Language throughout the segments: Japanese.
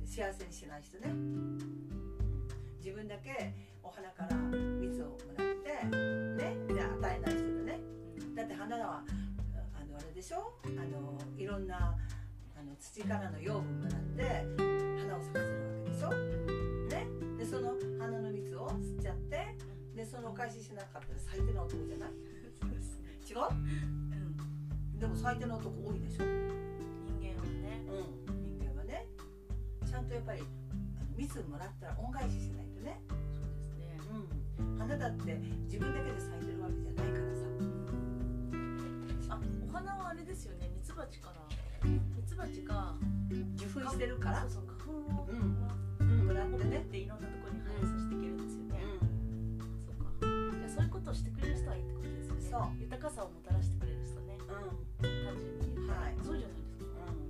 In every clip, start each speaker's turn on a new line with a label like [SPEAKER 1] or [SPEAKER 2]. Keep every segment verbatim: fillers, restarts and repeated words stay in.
[SPEAKER 1] 幸せにしない人ね。自分だけお花から蜜をもらってね、で与えない人でね。だって花はあのあれでしょ、あのいろんなあの土からの養分もらって花を咲かせるわけでしょ、ね、でその花の蜜を吸っちゃって、でそのお返ししなかったら最低な男じゃない？違う？うん、でも最低な男多いでしょ、
[SPEAKER 2] 人間はね。
[SPEAKER 1] うん、人間はね、ちゃんとやっぱり蜜もらったら恩返ししないとね。
[SPEAKER 2] そうですね。
[SPEAKER 1] うん、花だって自分だけで咲いてるわけじゃないからさ。
[SPEAKER 2] あ、お花はあれですよね、ミツバチからミツバチが
[SPEAKER 1] 受粉してるから、
[SPEAKER 2] そうそう、花粉を
[SPEAKER 1] うん、もらってね、
[SPEAKER 2] でいろんなところに生えさせていけるんですよね。うん、そうか。じゃあそういうことをしてくれる人はいいってことですよね。
[SPEAKER 1] そう、
[SPEAKER 2] 豊かさをもたらしてくれる人ね。
[SPEAKER 1] うん、
[SPEAKER 2] 単純に言うと、
[SPEAKER 1] はい、
[SPEAKER 2] そうじゃないですか。
[SPEAKER 1] うん、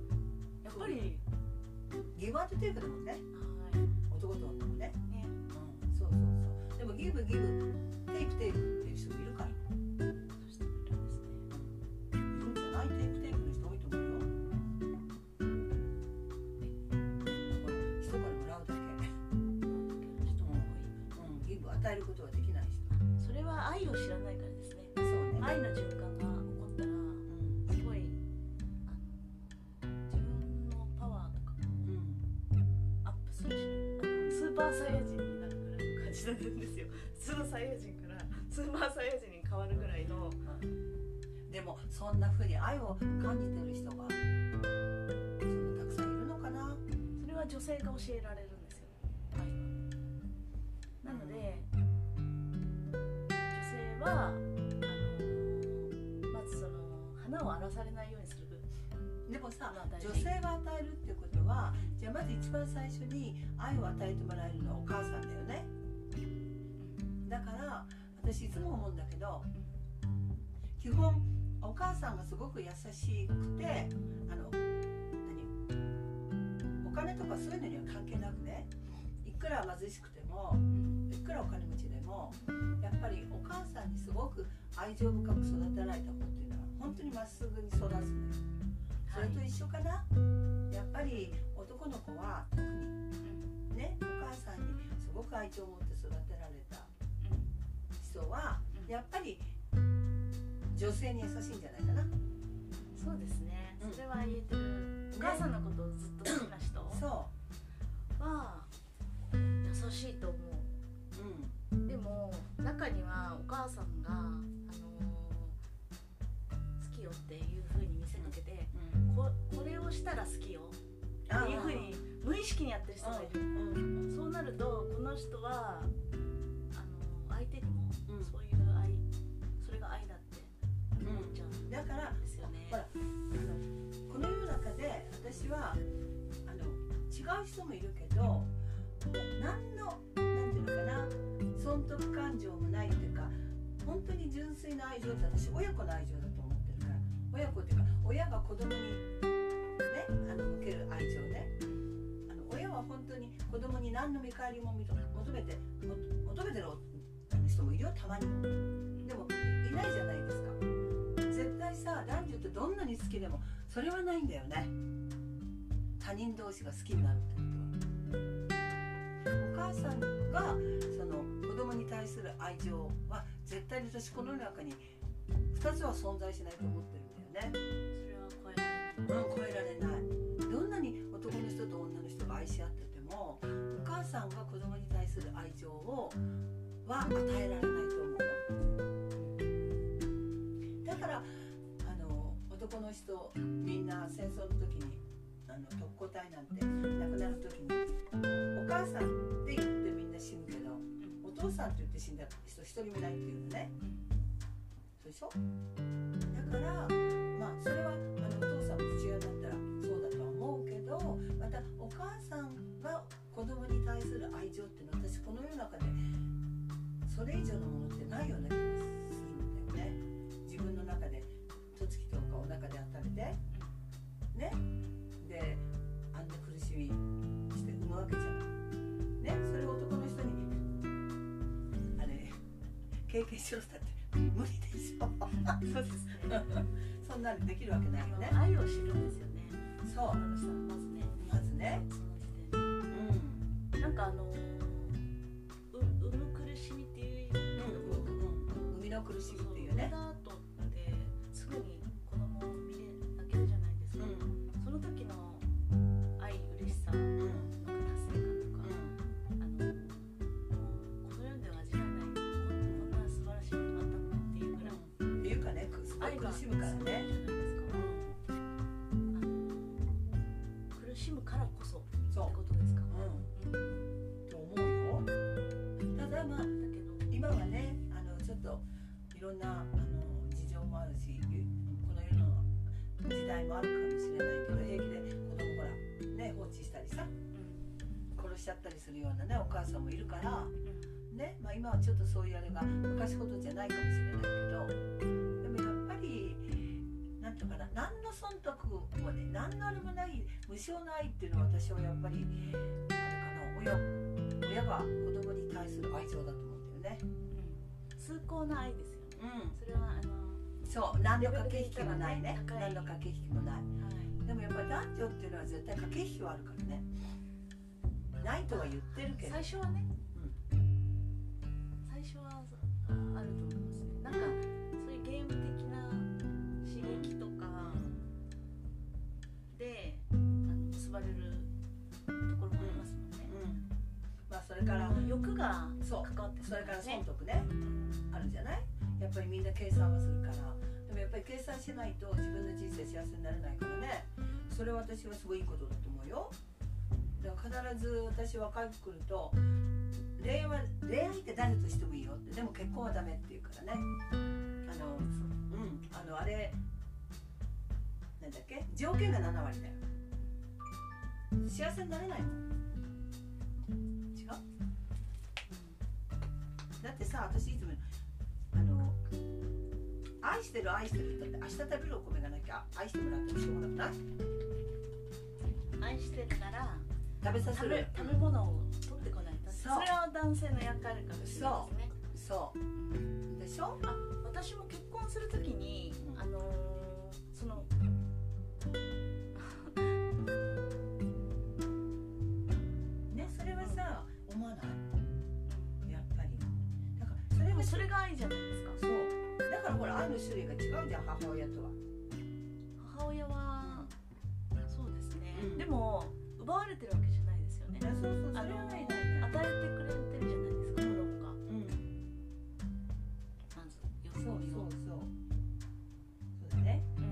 [SPEAKER 2] やっぱり
[SPEAKER 1] ギブアンドテイクだもんね。
[SPEAKER 2] はい。
[SPEAKER 1] 男と女もね。
[SPEAKER 2] ね。
[SPEAKER 1] うん、そうそうそう。でもギブギブテイクテイクっていう人もいるから。
[SPEAKER 2] そうしてくれるんですね。
[SPEAKER 1] いるんじゃない？テイクテイクの人多いと思うよ。ほら、人からもらうだけ。
[SPEAKER 2] 人も多い。
[SPEAKER 1] うん、ギブ与えることはできない人。
[SPEAKER 2] それは愛を知らないからですね。
[SPEAKER 1] そうね。
[SPEAKER 2] 愛の循環が起こったら、
[SPEAKER 1] うん、
[SPEAKER 2] すごいあの自分のパワーとかも
[SPEAKER 1] うん、
[SPEAKER 2] アップするし、あのスーパーサイヤ人になるぐらいの感じなんですよ。普通のサイヤ人からスーパーサイヤ人に変わるぐらいの。
[SPEAKER 1] うん、でもそんな風に愛を感じてる人がそんなたくさんいるのかな。
[SPEAKER 2] それは女性が教えられるんですよ、愛は。なので、女性はあのまずその花を荒らされないようにする。
[SPEAKER 1] でもさ、
[SPEAKER 2] まあ大事
[SPEAKER 1] 女性が与えるってことは、じゃあまず一番最初に愛を与えてもらえるのはお母さんだよね。だから私いつも思うんだけど、基本お母さんがすごく優しくて、あの何お金とかそういうのには関係なくね、いくら貧しくてもいくらお金持ちでもやっぱりお母さんにすごく愛情深く育てられた子っていうのは本当にまっすぐに育つのよ。それと一緒かな。やっぱり男の子は特にね、お母さんにすごく愛情を持って育てられた人はやっぱり女性に優しいんじゃないかな。
[SPEAKER 2] そうですね、
[SPEAKER 1] うん、
[SPEAKER 2] それは言えてる。お母さんのことをずっと好きな人は優しいと思う。
[SPEAKER 1] うん、
[SPEAKER 2] でも中にはお母さんが、あのー、好きよっていう風に見せかけて、
[SPEAKER 1] うん、
[SPEAKER 2] こ, これをしたら好きよっていう風に無意識にやってる人がいる。
[SPEAKER 1] うんうん、
[SPEAKER 2] そうなるとこの人はあの相手にも
[SPEAKER 1] うん
[SPEAKER 2] そういう愛、それが愛だって思っちゃうん
[SPEAKER 1] だから
[SPEAKER 2] ですよね。
[SPEAKER 1] ほら、あのこの世の中で私はあの違う人もいるけど、もう何のなんていうのかな、損得感情もないっていうか、本当に純粋な愛情って私親子の愛情だと思ってるから。親子っていうか親が子供にね、あの向ける愛情ね。あの親は本当に子供に何の見返りも求めて求めてる人もいるよ、たまに。でも い, いないじゃないですか。絶対さ、男女ってどんなに好きでもそれはないんだよね。他人同士が好きになるってことは。お母さんがその子供に対する愛情は絶対に私この中にふたつは存在しないと思ってるんだよね。
[SPEAKER 2] それは超えられない。
[SPEAKER 1] うん、超えられない。どんなに男の人と女の人が愛し合ってても、お母さんが子供に対する愛情をは与えられないと思うの。だからあの男の人みんな戦争の時にあの特攻隊なんて亡くなる時にお母さんって言ってみんな死ぬけど、お父さんって言って死んだ人一人もいないっていうのね。そうでしょ。だからまあそれはあのお父さんも父親だったらそうだとは思うけど、またお母さんが子供に対する愛情っていうのは私この世の中でそれ以上のものってないような気がするんだよね。自分の中で十月とかお腹で温めてね、であんな苦しみして産むわけじゃんね。それを男の人にあれ経験しろったって無理でしょ。
[SPEAKER 2] そうですね。
[SPEAKER 1] そんなにできるわけないよね。
[SPEAKER 2] 愛を知るんですよね。
[SPEAKER 1] そう。
[SPEAKER 2] 女の人はまずね。
[SPEAKER 1] まずね。
[SPEAKER 2] その時点で。
[SPEAKER 1] 苦しむからね。
[SPEAKER 2] じゃないですか、うん、あの苦しむからこそってことですか。
[SPEAKER 1] うん、うん、と思うよ。ただまあだけど今はね、あのちょっといろんなあの事情もあるし、この世の時代もあるかもしれないけど、平気で子供ほらね放置したりさ、うん、殺しちゃったりするようなねお母さんもいるから、うん、ね、まあ今はちょっとそういうあれが昔ほどじゃないかもしれないけど、でもやっぱりなんていうかな、何の損得もね、何のあれもない無償の愛っていうのは私はやっぱりあれかな、親親が子供に対する愛情だと思うんだよね。
[SPEAKER 2] うん、崇高な愛ですよね。うん、それはあの
[SPEAKER 1] そう何の駆け引きもないね。何の駆け引きもない。はい、でもやっぱり男女っていうのは絶対駆け引きはあるからね。ないとは言ってるけど。
[SPEAKER 2] 最初はね。うん、最初はあると思いますね。なんかそういうゲーム的な刺激とかであの結ばれるところもありますもんね。うんうん、
[SPEAKER 1] まあそれから
[SPEAKER 2] 欲が関わってくる、ね、
[SPEAKER 1] それから損得ね、あるじゃない。やっぱりみんな計算はするから。でもやっぱり計算しないと自分の人生幸せになれないからね。それは私はすごいいいことだと思うよ。だから必ず私若い子来ると恋愛は恋愛って誰としてもいいよって、でも結婚はダメって言うからね。あのうんあのあれなんだっけ、条件がななわりだよ。幸せになれないもん。違う？だってさ、私いつもあの愛してる愛してるって明日食べるお米がなきゃ愛してもらってもしょうがなくない？
[SPEAKER 2] 愛してるなら
[SPEAKER 1] 食べさせる
[SPEAKER 2] 食べ物を取ってこないと。それは男性の役割かもしれないですね。
[SPEAKER 1] そう、そう、うん、でしょ。
[SPEAKER 2] あ、私も結婚するときに、うん、あのー、その
[SPEAKER 1] ね、それはさ、うん、思わない？やっぱりだからそれは
[SPEAKER 2] それが愛じゃないですか。
[SPEAKER 1] そう、だからほら愛の種類が違うじゃん、母親とは。
[SPEAKER 2] 母親はそうですね、うん、でも奪われてるわけじゃないですよね。
[SPEAKER 1] そうそう、それはないないない。
[SPEAKER 2] 与えてくれてるじゃないですか、子供が。うん。まず予想を。そうそうそう。
[SPEAKER 1] そうだね。うん。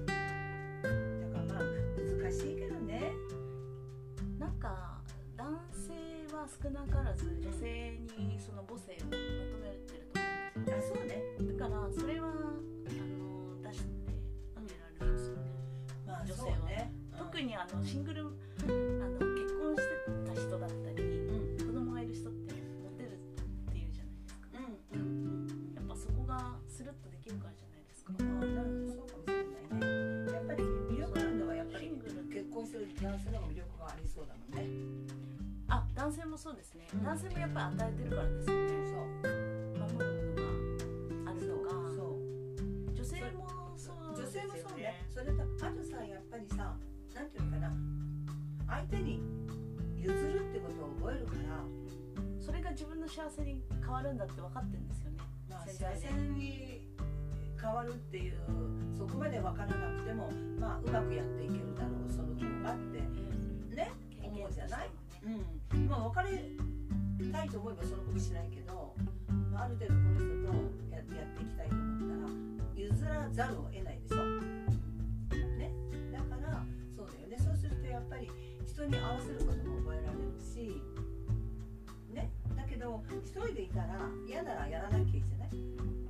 [SPEAKER 1] だからまあ難しいけどね。
[SPEAKER 2] なんか男性は少なからず女性にその母性を求めてると思うんですよ。あ、そうね。だからそれはあの出してあげられるんですよね。まあ女性はね。特にあのシングルあの結婚してた人だったり、うん、子供がいる人ってモテるっていうじゃないですか。うんうんうん、やっぱそこがスルッとできるからじゃないですか。
[SPEAKER 1] ああ、なるほど、そうかもしれないね。やっぱり魅力あるのはやっぱり結婚してる男性の方が魅力がありそうだもんね。
[SPEAKER 2] あ、男性もそうですね。うん、男性もやっぱり与えてるからですよね。そう。守るものがあるとか。そう。女性もそうですよね。女性もそうね。それとあとさ、やっぱりさ、なんていうのかな。相手に譲るってことを覚えるから、それが自分の幸せに変わるんだって分かってるんですよね。まあ、幸せに変わるっていうそこまで分からなくても、まあ、うまくやっていけるだろう、その方がってね、思うじゃない。うん、まあ別れたいと思えばそのことしないけど、まあ、ある程度この人とやってやっていきたいと思ったら譲らざるを得ないでしょ。ね、だからそうだよね。そうするとやっぱり人に合わせることも覚えられるし、ね、だけど一人でいたら嫌ならやらなきゃいいじゃない。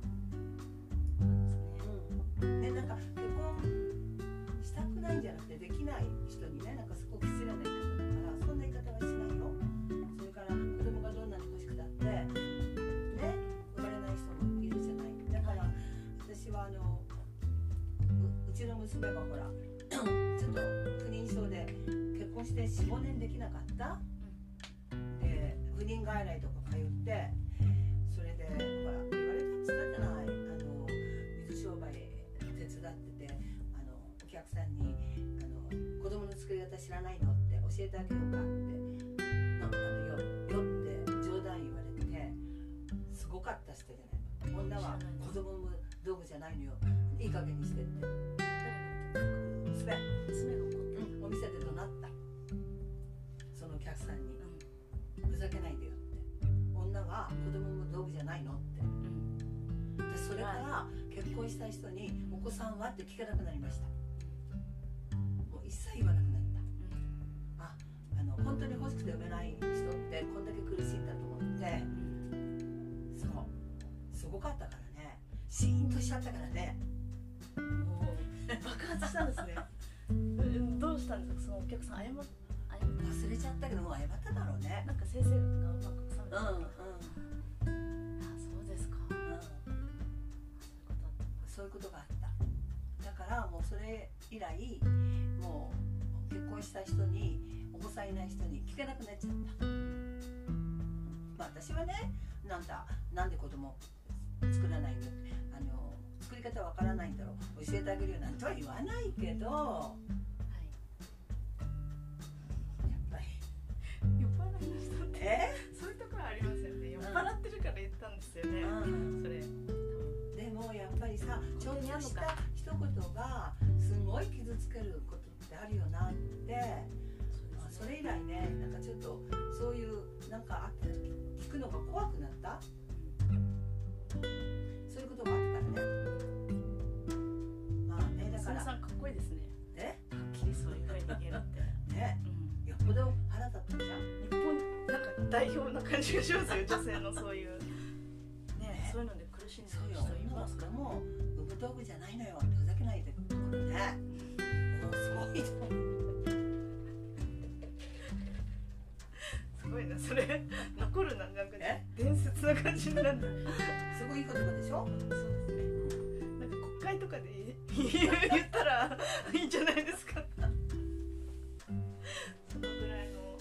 [SPEAKER 2] うん、でなんか結婚したくないんじゃなくてできない人にね、なんかすごく失礼な言い方だからそんな言い方はしないよ。それから子供がどんなに欲しくたってね、生まれない人もいるじゃない。だから私はあの う, うちの娘がほらちょっと不妊症で結婚して よん,ご 年できなかった、うん、で不妊外来とか通って、それでほら言われたっつったじゃない、あの水商売手伝ってて、あのお客さんにあの子供の作り方知らないのって教えてあげようかってなんかあの よ, よって冗談言われて、すごかった人じゃない。女は子供産む道具じゃないのよ、いい加減にしてって。娘娘が怒って、うん、お店で怒鳴った。そのお客さんに、うん、ふざけないでよって、女は子供産む道具じゃないのって、うん、でそ
[SPEAKER 1] それから結婚した人にお子さんはって聞かなくなりました。もう一切言わなくなった、うん、ああの本当に欲しくて呼べない人ってこんだけ苦しいんだと思って、そうすごかったからね、シーンとしちゃったからね、
[SPEAKER 2] もう爆発したんですねどうしたんですか、そのお客さん謝っ
[SPEAKER 1] 忘れちゃったけどもう謝っただろうね。
[SPEAKER 2] なんか先生がうまく収めた。
[SPEAKER 1] うんうん。あ、
[SPEAKER 2] そうですか。うん。
[SPEAKER 1] そういうことがあった。だからもうそれ以来もう結婚した人にお子さんいない人に聞けなくなっちゃった。まあ私はね、なんだなんで子供作らないのってあの作り方わからないんだろう教えてあげるよなんては言わないけど。
[SPEAKER 2] えそういうところありますよね。酔っ払ってるから言ったんですよね、うん、それ
[SPEAKER 1] でもやっぱりさちょっとした一言がすごい傷つけることってあるよなって、まあ、それ以来ねなんかちょっとそういうなんかあった時聞くのが怖くなった、うん、そういうことがあったからね。まあねだから
[SPEAKER 2] さんかっこいいですね。
[SPEAKER 1] え
[SPEAKER 2] はっきりそういう風に言えるって
[SPEAKER 1] ね、うん、よっぽど腹立ったじゃん。
[SPEAKER 2] 日本なんか代表な感じがしますよ女性のそういうね、そういうので苦しんでる人いますから。
[SPEAKER 1] もう産む道具じゃないのよってふざけないでところね。もうすごいと思う。
[SPEAKER 2] すごいなそれ残るな、なんか伝説な感じになる。
[SPEAKER 1] すごいいい言葉でしょ。
[SPEAKER 2] そうですね。なんか国会とかで言ったらいいんじゃないですか。そのぐらいの。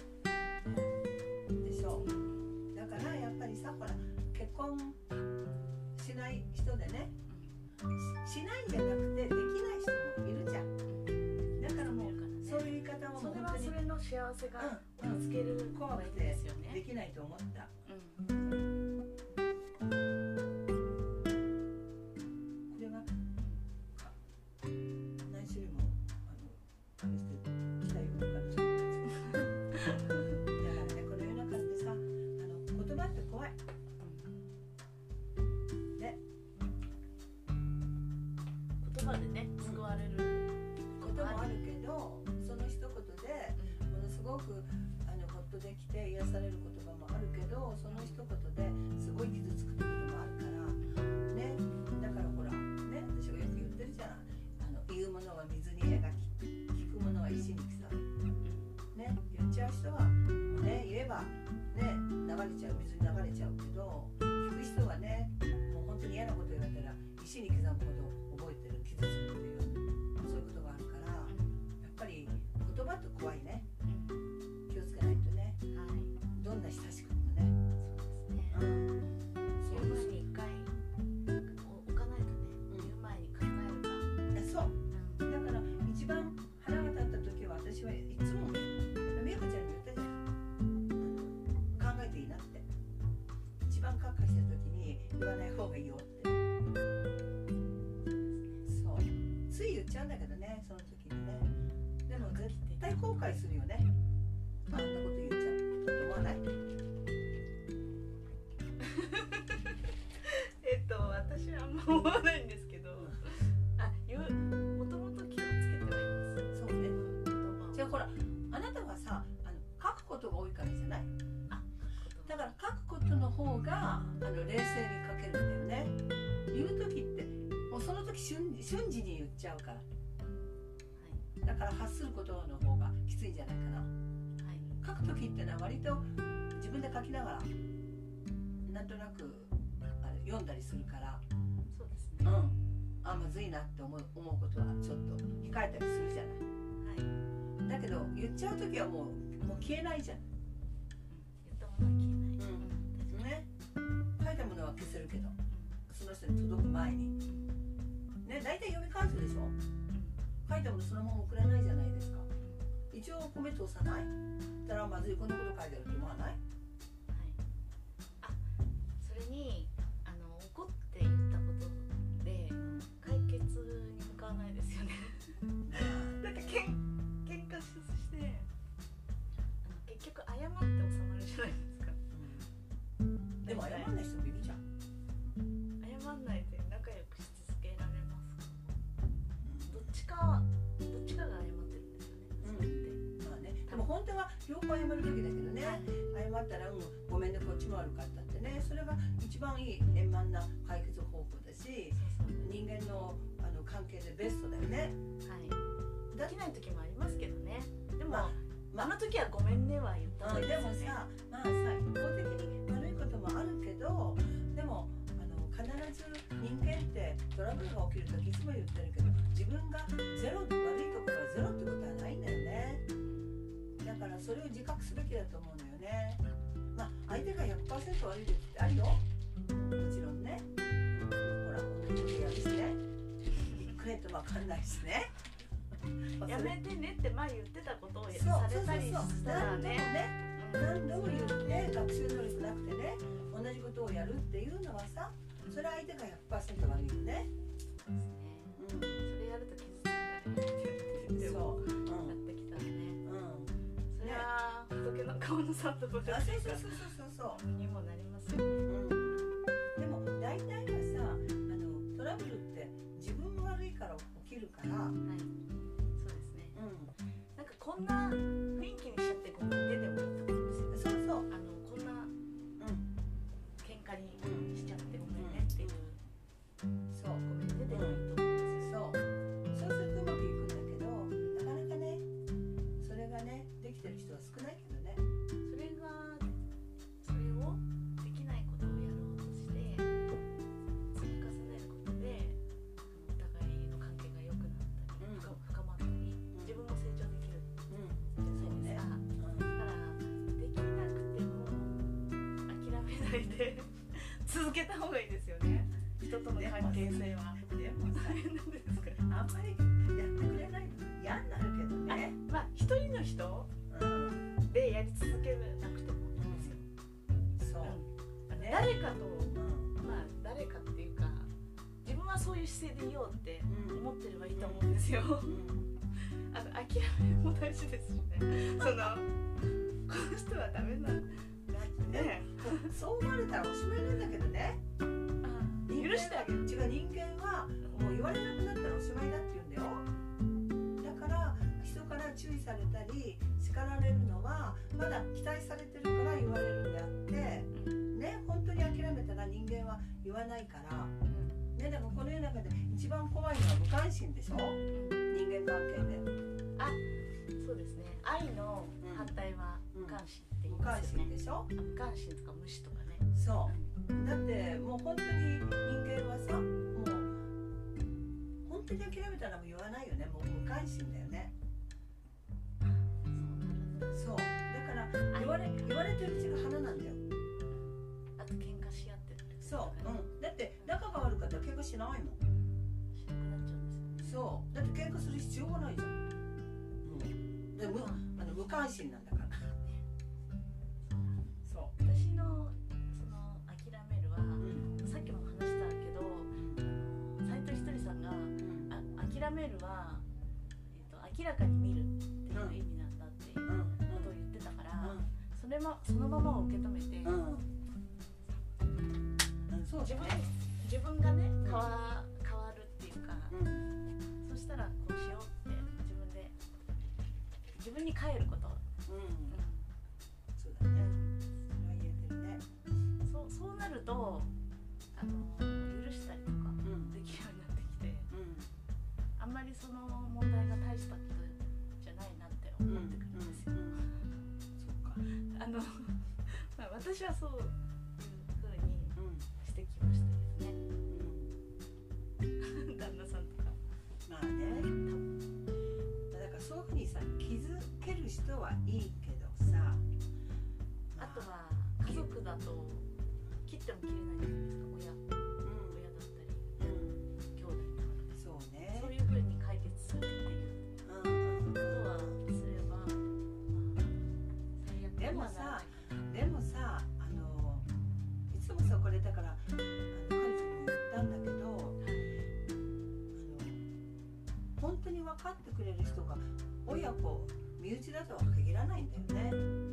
[SPEAKER 1] ほら結婚しない人でね、しないんじゃなくてできない人もいるじゃん。だからもうそういう言い方も
[SPEAKER 2] それはそれの幸せが見つける
[SPEAKER 1] 怖くてできないと思った、うん、これは何種類もあのあれしてきたような感じだからね、この世の中ってさあの言葉って怖い。
[SPEAKER 2] 言葉でね救われる
[SPEAKER 1] こともあるけど、その一言でものすごくあのほっとできて癒される言葉もあるけど、その一言ですごい傷つくこともあるからね。だからほらね、私がよく言ってるじゃん、あの言うものは水に描き聞くものは石に刻むね。言っちゃう人はもうね言えばね流れちゃう、水に流れちゃうけど、聞く人はねもう本当に嫌なこと言われたら石に刻むほど覚えてる、傷つくっていうそういうことがあるから、やっぱり言葉って怖いね。気をつけないとね、はい、どんな親しくもね。
[SPEAKER 2] そうですね、うん、そういう前に一回置かないとね、言う前に考えるか。
[SPEAKER 1] そう、うん、だから一番腹が立った時は私はいつも美和子ちゃんに言ったじゃん、考えていいなって。一番カッカした時に言わない方がいいよって。つい言っちゃうんだけどね、その時にね。でも絶対後悔するよね。あんなこと言っちゃったと思わない？
[SPEAKER 2] えっと私はあんま思わないんですけど、あ、言う、もともと気をつけてはいます。
[SPEAKER 1] そうね。じゃあほら、あなたはさ、あの書くことが多いからじゃない？あ、だから書くことの方があの冷静に書けるんだよね。言う時ってもうその時瞬瞬時に言っちゃうから、はい、だから発する言葉の方がきついんじゃないかな、はい、書く時ってのは割と自分で書きながらなんとなくあれ読んだりするから、
[SPEAKER 2] そうですね、うん、
[SPEAKER 1] あ、まずいなって思う、思うことはちょっと控えたりするじゃない、はい、だけど言っちゃう時はもう、もう消えないじゃん、うん、
[SPEAKER 2] 言ったものは消えない、
[SPEAKER 1] うんね、書いたものは消せるけどその人に届く前にね、大体読み返すでしょ。書いたものそのまま送らないじゃないですか。一応コメント押さない。だからまずいこんなこと書いてあると思わない？はい。
[SPEAKER 2] あ、それにあの怒って言ったことで解決に向かわないですよね。なんかけん喧嘩してあの結局謝って収まるじゃないですか。
[SPEAKER 1] うん、でも謝んない人もいるじゃん。
[SPEAKER 2] 謝んないでなんか
[SPEAKER 1] 本当は両方謝るべきだけどね、謝ったら、うん、ごめんねこっちも悪かったってね、それが一番いい円満な解決方法だし、人間のあの関係でベストだよね。
[SPEAKER 2] はい、できない時もありますけどね。でも、
[SPEAKER 1] まあ、
[SPEAKER 2] あの時はごめんねは言った方がいいですよね。
[SPEAKER 1] でもさ、まあさ、一方的に悪いこともあるけど、でもあの必ず人間ってトラブルが起きるときいつも言ってるけど、自分がゼロ、悪いところがゼロってことはないんだよね。だからそれを自覚すべきだと思うのよね。まあ相手が ひゃくパーセント 悪い時ってあるよ、もちろんね。ほら同じことやるしね、くれと分かんないしね。
[SPEAKER 2] やめてねって前言ってたことをさ
[SPEAKER 1] そう
[SPEAKER 2] れたりしたらね、
[SPEAKER 1] 何度も言って学習能力なくてね、同じことをやるっていうのはさ、それは相手が ひゃくパーセント 悪いよね。
[SPEAKER 2] そうですね、うん、それやると傷つくからね。そう、うん、やってきたらね、うん、それは仏の顔の里とか
[SPEAKER 1] そうそうそうそうそう
[SPEAKER 2] にもなりますよね、うん、
[SPEAKER 1] でも大体はさ、あのトラブルって自分が悪いから起きるから、はい、
[SPEAKER 2] こんな雰囲気にしちゃってごめんねでもいいと思うんですよ。そうそう、あのこんな、うん、喧嘩にしちゃってごめんねっていう、うん、そうごめんねでもいいと思うんですよ。
[SPEAKER 1] そう、そうするとうまくいくんだけど、なかなかね、それがねできてる人は少ないけどね。
[SPEAKER 2] それがそれをできないことをやろうとして積み重ねることで、お互いの関係が良くなったり、うん、深まったり、自分も成長できる。で続けた方がいいですよね、人との関係性は。
[SPEAKER 1] でもさ、あんまりやってくれないと嫌になるけどね。
[SPEAKER 2] まあ一人の人でやり続けなくてもいいんですよ、うん、そう、うん、誰かと、うん、まあ誰かっていうか自分はそういう姿勢でいようって思ってればいいと思うんですよ、うん、あの諦めも大事ですしねそのこの人はダメなん
[SPEAKER 1] ね、そう思われたらおしまいなんだけどね。
[SPEAKER 2] 許してあげる。
[SPEAKER 1] 違う、人間はもう言われなくなったらおしまいだって言うんだよ。だから人から注意されたり叱られるのはまだ期待されてるから言われるんであって、ね、本当に諦めたら人間は言わないから、ね、でもこの世の中で一番怖いのは無関心でしょ、人間関係で。
[SPEAKER 2] あ、そうですね。愛の反対は無関心。
[SPEAKER 1] 無関心でしょ。
[SPEAKER 2] 無関心とか無視とかね。
[SPEAKER 1] そう。だってもう本当に人間はさ、もう本当に諦めたらもう言わないよね。もう無関心だよね。そう。だから言われ言われてるうちが花なんだよ。
[SPEAKER 2] あと喧嘩し合ってる。
[SPEAKER 1] そう。うん。だって仲が悪かったら喧嘩しないもん。
[SPEAKER 2] しなくなっちゃうんですよ。
[SPEAKER 1] そう。だって喧嘩する必要がないじゃん。うん。で無あの無関心なんだから。
[SPEAKER 2] 私のその諦めるは、うん、さっきも話したけど、斉藤ひとりさんが、うん、あ諦めるは、えーと、明らかに見るっていう意味なんだっていうことを言ってたから、うん、それもそのままを受け止めて、うんうんそう自分自分がね変わ、変わるっていうか、うん、そしたらこうしようって自分で自分に返ること、うんうん、
[SPEAKER 1] そうだね。
[SPEAKER 2] そうなるとあの許したりとかできるようになってきて、うん、あんまりその問題が大したことじゃないなって思ってくるんですよ、うんうん、そうかあの、まあ、私はそういう風にしてきましたけどね、うん、旦那さんとか
[SPEAKER 1] まあね、だからそういう風にさ気づける人はいいけどさ、
[SPEAKER 2] あとは家族だと切っても切れないじゃないですか、親、うん、親だったり、うん、兄弟とか、そうね、そういう風に解決するっていうことはすれば、まあ、最悪
[SPEAKER 1] でもさ、でもさ、あのいつもさこれだからあの彼女に言ったんだけど、はい、あの本当に分かってくれる人が親子身内だとは限らないんだよね。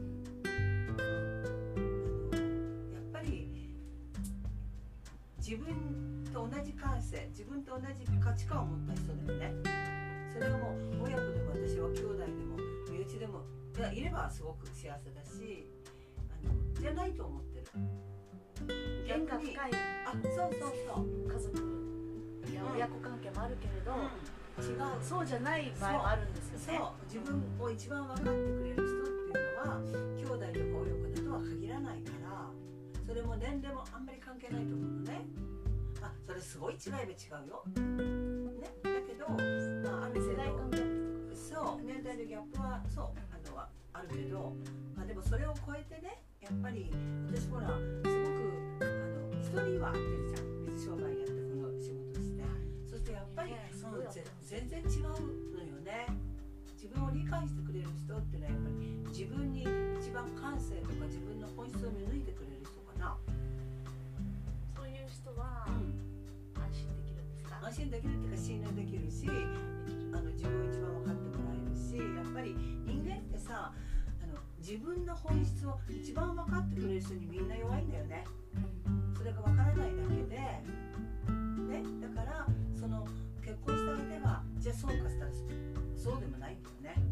[SPEAKER 1] 自分と同じ感性、自分と同じ価値観を持った人だよね。それはもう親子でも私は兄弟でも身内でもいやいればすごく幸せだし、あのじゃないと思ってる。
[SPEAKER 2] 縁が深い、
[SPEAKER 1] あ、そうそうそう、
[SPEAKER 2] 家族や親子関係もあるけれど、
[SPEAKER 1] うん、違う、
[SPEAKER 2] そうじゃない場合もあるんですよね。
[SPEAKER 1] そう、自分を一番分かってくれる人っていうのは兄弟とか親子だとは限らないから、それも年齢もあんまり関係ないと思うのね。あ、それすごい違えば違うよ、ね、だけど、まあ、ある程
[SPEAKER 2] 世代間
[SPEAKER 1] 度
[SPEAKER 2] ギャップ
[SPEAKER 1] そう年代のギャップはそうあのはあるけど、まあ、でもそれを超えてね、やっぱり私ほらすごくあの人には合ってるじゃん、水商売やってこの仕事して、そしてやっぱり、
[SPEAKER 2] ね、
[SPEAKER 1] うん、全然違うのよね。自分を理解してくれる人ってのはやっぱり自分に一番感性とか自分の本質を見抜いてくれる人かな。
[SPEAKER 2] そういう人は、
[SPEAKER 1] うん、
[SPEAKER 2] 安心できるんですか？
[SPEAKER 1] 安心できるっていうか信頼できるし、あの自分を一番分かってもらえるし、やっぱり人間ってさ、あの自分の本質を一番分かってくれる人にみんな弱いんだよね。それが分からないだけで、ね、だからその結婚した相手がじゃあそうかしたらそうでもないんだよね。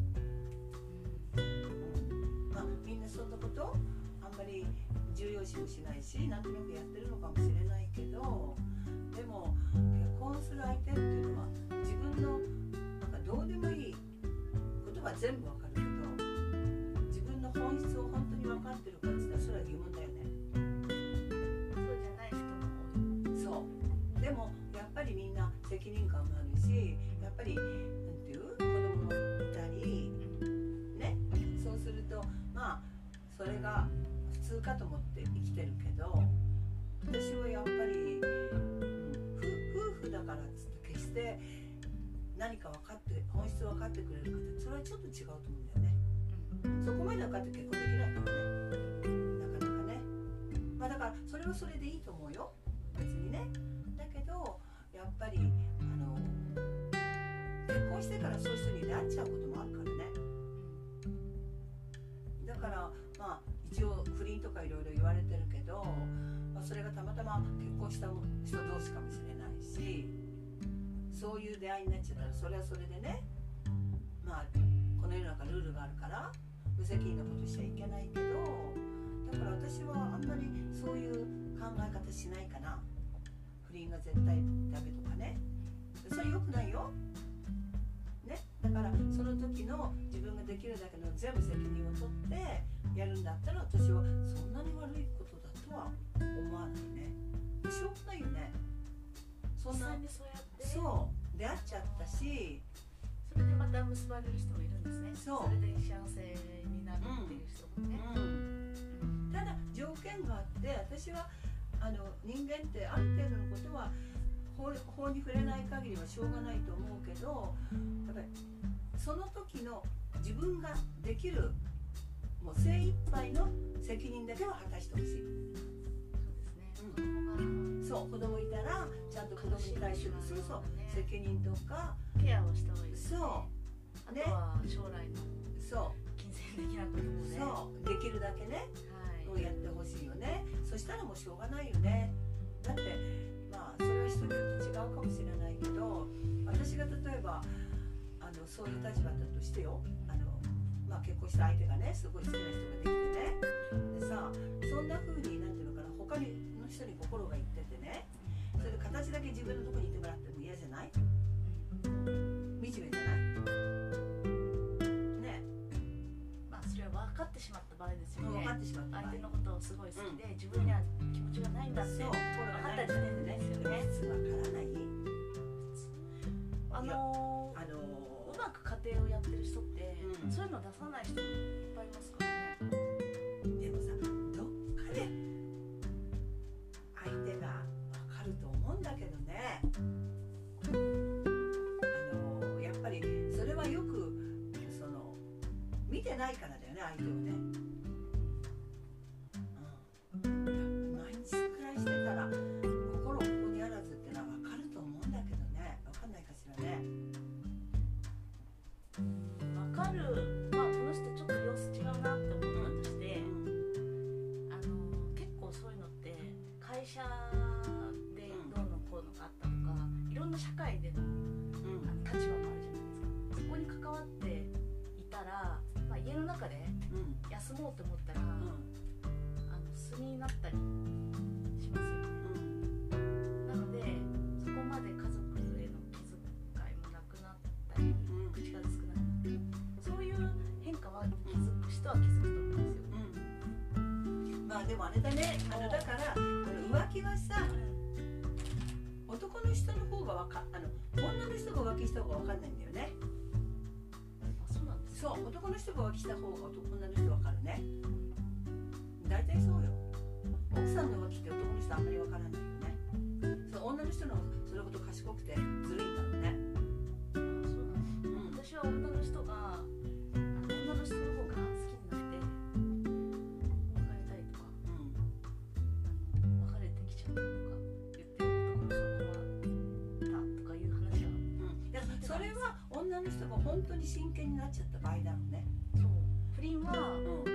[SPEAKER 1] うん、まあみんなそんなことあんまり重要視もしないし、なんとなくやってるのかもしれないけど、でも結婚する相手っていうのは自分のなんかどうでもいいことは全部わかるけど、自分の本質を本当に分かってるかって言ったらそれは疑問だよね。
[SPEAKER 2] そうじゃない人も多い。
[SPEAKER 1] そう。でもやっぱりみんな責任感もあるし、やっぱりなんていう子供もいたりね、そうするとまあそれが普通かと思って生きてるけど、私はやっぱり、うん、夫婦だからっつって決して何か分かって本質分かってくれるかってそれはちょっと違うと思うんだよね。そこまで分かって結婚できないからね、なかなかね。まあだからそれはそれでいいと思うよ、別にね。だけどやっぱりあの結婚してからそういう人に出会っちゃうこともあるからね。だからまあ一応不倫とかいろいろ言われてるけど、まあ、それがたまたま結婚した人同士かもしれないし、そういう出会いになっちゃったらそれはそれでね、まあこの世の中ルールがあるから無責任なことしちゃいけないけど、だから私はあんまりそういう考え方しないかな。不倫が絶対ダメとかね、それ良くないよ、ね、だからその時の自分ができるだけの全部責任を取ってやるんだったら、私はそんなに悪いことだとは思わないね。しょうがないよね。そんな
[SPEAKER 2] 実際にそうやって
[SPEAKER 1] そう出会っちゃったし、
[SPEAKER 2] それでまた結ばれる人もいるんですね。
[SPEAKER 1] そう、
[SPEAKER 2] それで幸せになるっていう人もね、
[SPEAKER 1] うんうん、ただ条件があって、私はあの人間ってある程度のことは 法, 法に触れない限りはしょうがないと思うけど、やっぱりその時の自分ができるもう精一杯の責任だけは果たしてほしい。
[SPEAKER 2] そうですね、うん、
[SPEAKER 1] そう、子供いたらちゃんと子供に対するそうそう責任とか
[SPEAKER 2] ケアをした方がいいですね。
[SPEAKER 1] そうね、
[SPEAKER 2] あとは将来の
[SPEAKER 1] そう
[SPEAKER 2] 金銭的なこともね、
[SPEAKER 1] そうできるだけね、
[SPEAKER 2] はい、
[SPEAKER 1] やってほしいよね。そしたらもうしょうがないよね。だってまあそれは人によって違うかもしれないけど、私が例えばあのそういう立場だとしてよ、あの、まあ、結婚した相手がねすごい好きな人ができてね、でさ、そんな風になんていうのかな、他の人に心がいっててね、それで形だけ自分のとこにいてもらっても嫌じゃない？惨めじゃない？ね。
[SPEAKER 2] まあそれは分かってしまった場合ですよね。
[SPEAKER 1] 分かってしまった場合、
[SPEAKER 2] 相手のことをすごい好きで、うん、自分には気持ちがないんだって分かった時点でですよね。
[SPEAKER 1] 普通分からない。
[SPEAKER 2] あのー、あのー、うまく家庭をやってる人って、うん、そういうの出さない人もいっぱいいますからね。
[SPEAKER 1] でもさ、どっかで相手が分かると思うんだけどね。あのー、やっぱりそれはよくその見てないからだよね、相手をね。うん、毎日くらいしてたら心ここにあらずってのは分かると思うんだけどね。分かんないかしらね。
[SPEAKER 2] 分かる、まあこの人ちょっと様子違うなって思ったとして、うん、あの結構そういうのって会社でどうのこうのがあったとか、いろんな社会での、うん、あの立場もあるじゃないですか。そこに関わっていたら、まあ、家の中で住もうと思ったら、
[SPEAKER 1] うん、
[SPEAKER 2] あの素になったりしますよね、うん、なのでそこまで家族への気遣いもなくなったり、うん、口数少なくなったり、そういう変化は気づく人は気づくと思うんですよ、
[SPEAKER 1] うん、まあでもあれだね、あのだから浮気はさ、男の人の方がわかあの女の人が浮気した方が分かんないんだよね。
[SPEAKER 2] あ、そうなんですか。
[SPEAKER 1] そう、男の人が浮気した方が女の人分かるね。大体そうよ。奥さんの浮気って男の人あんまり分からないよね。そう、女の人のそれほど賢くてずるいんだろうね。
[SPEAKER 2] あ、そうなんです、うん、私は女の人があの女の人の方が好きになって別れたいとか、うん、あの別れてきちゃったとか言って男の人が困ったとかいう話は、うん、
[SPEAKER 1] だからそれは女の人が本当に真剣になっちゃった場合だろうね。
[SPEAKER 2] そう、不倫は、うん、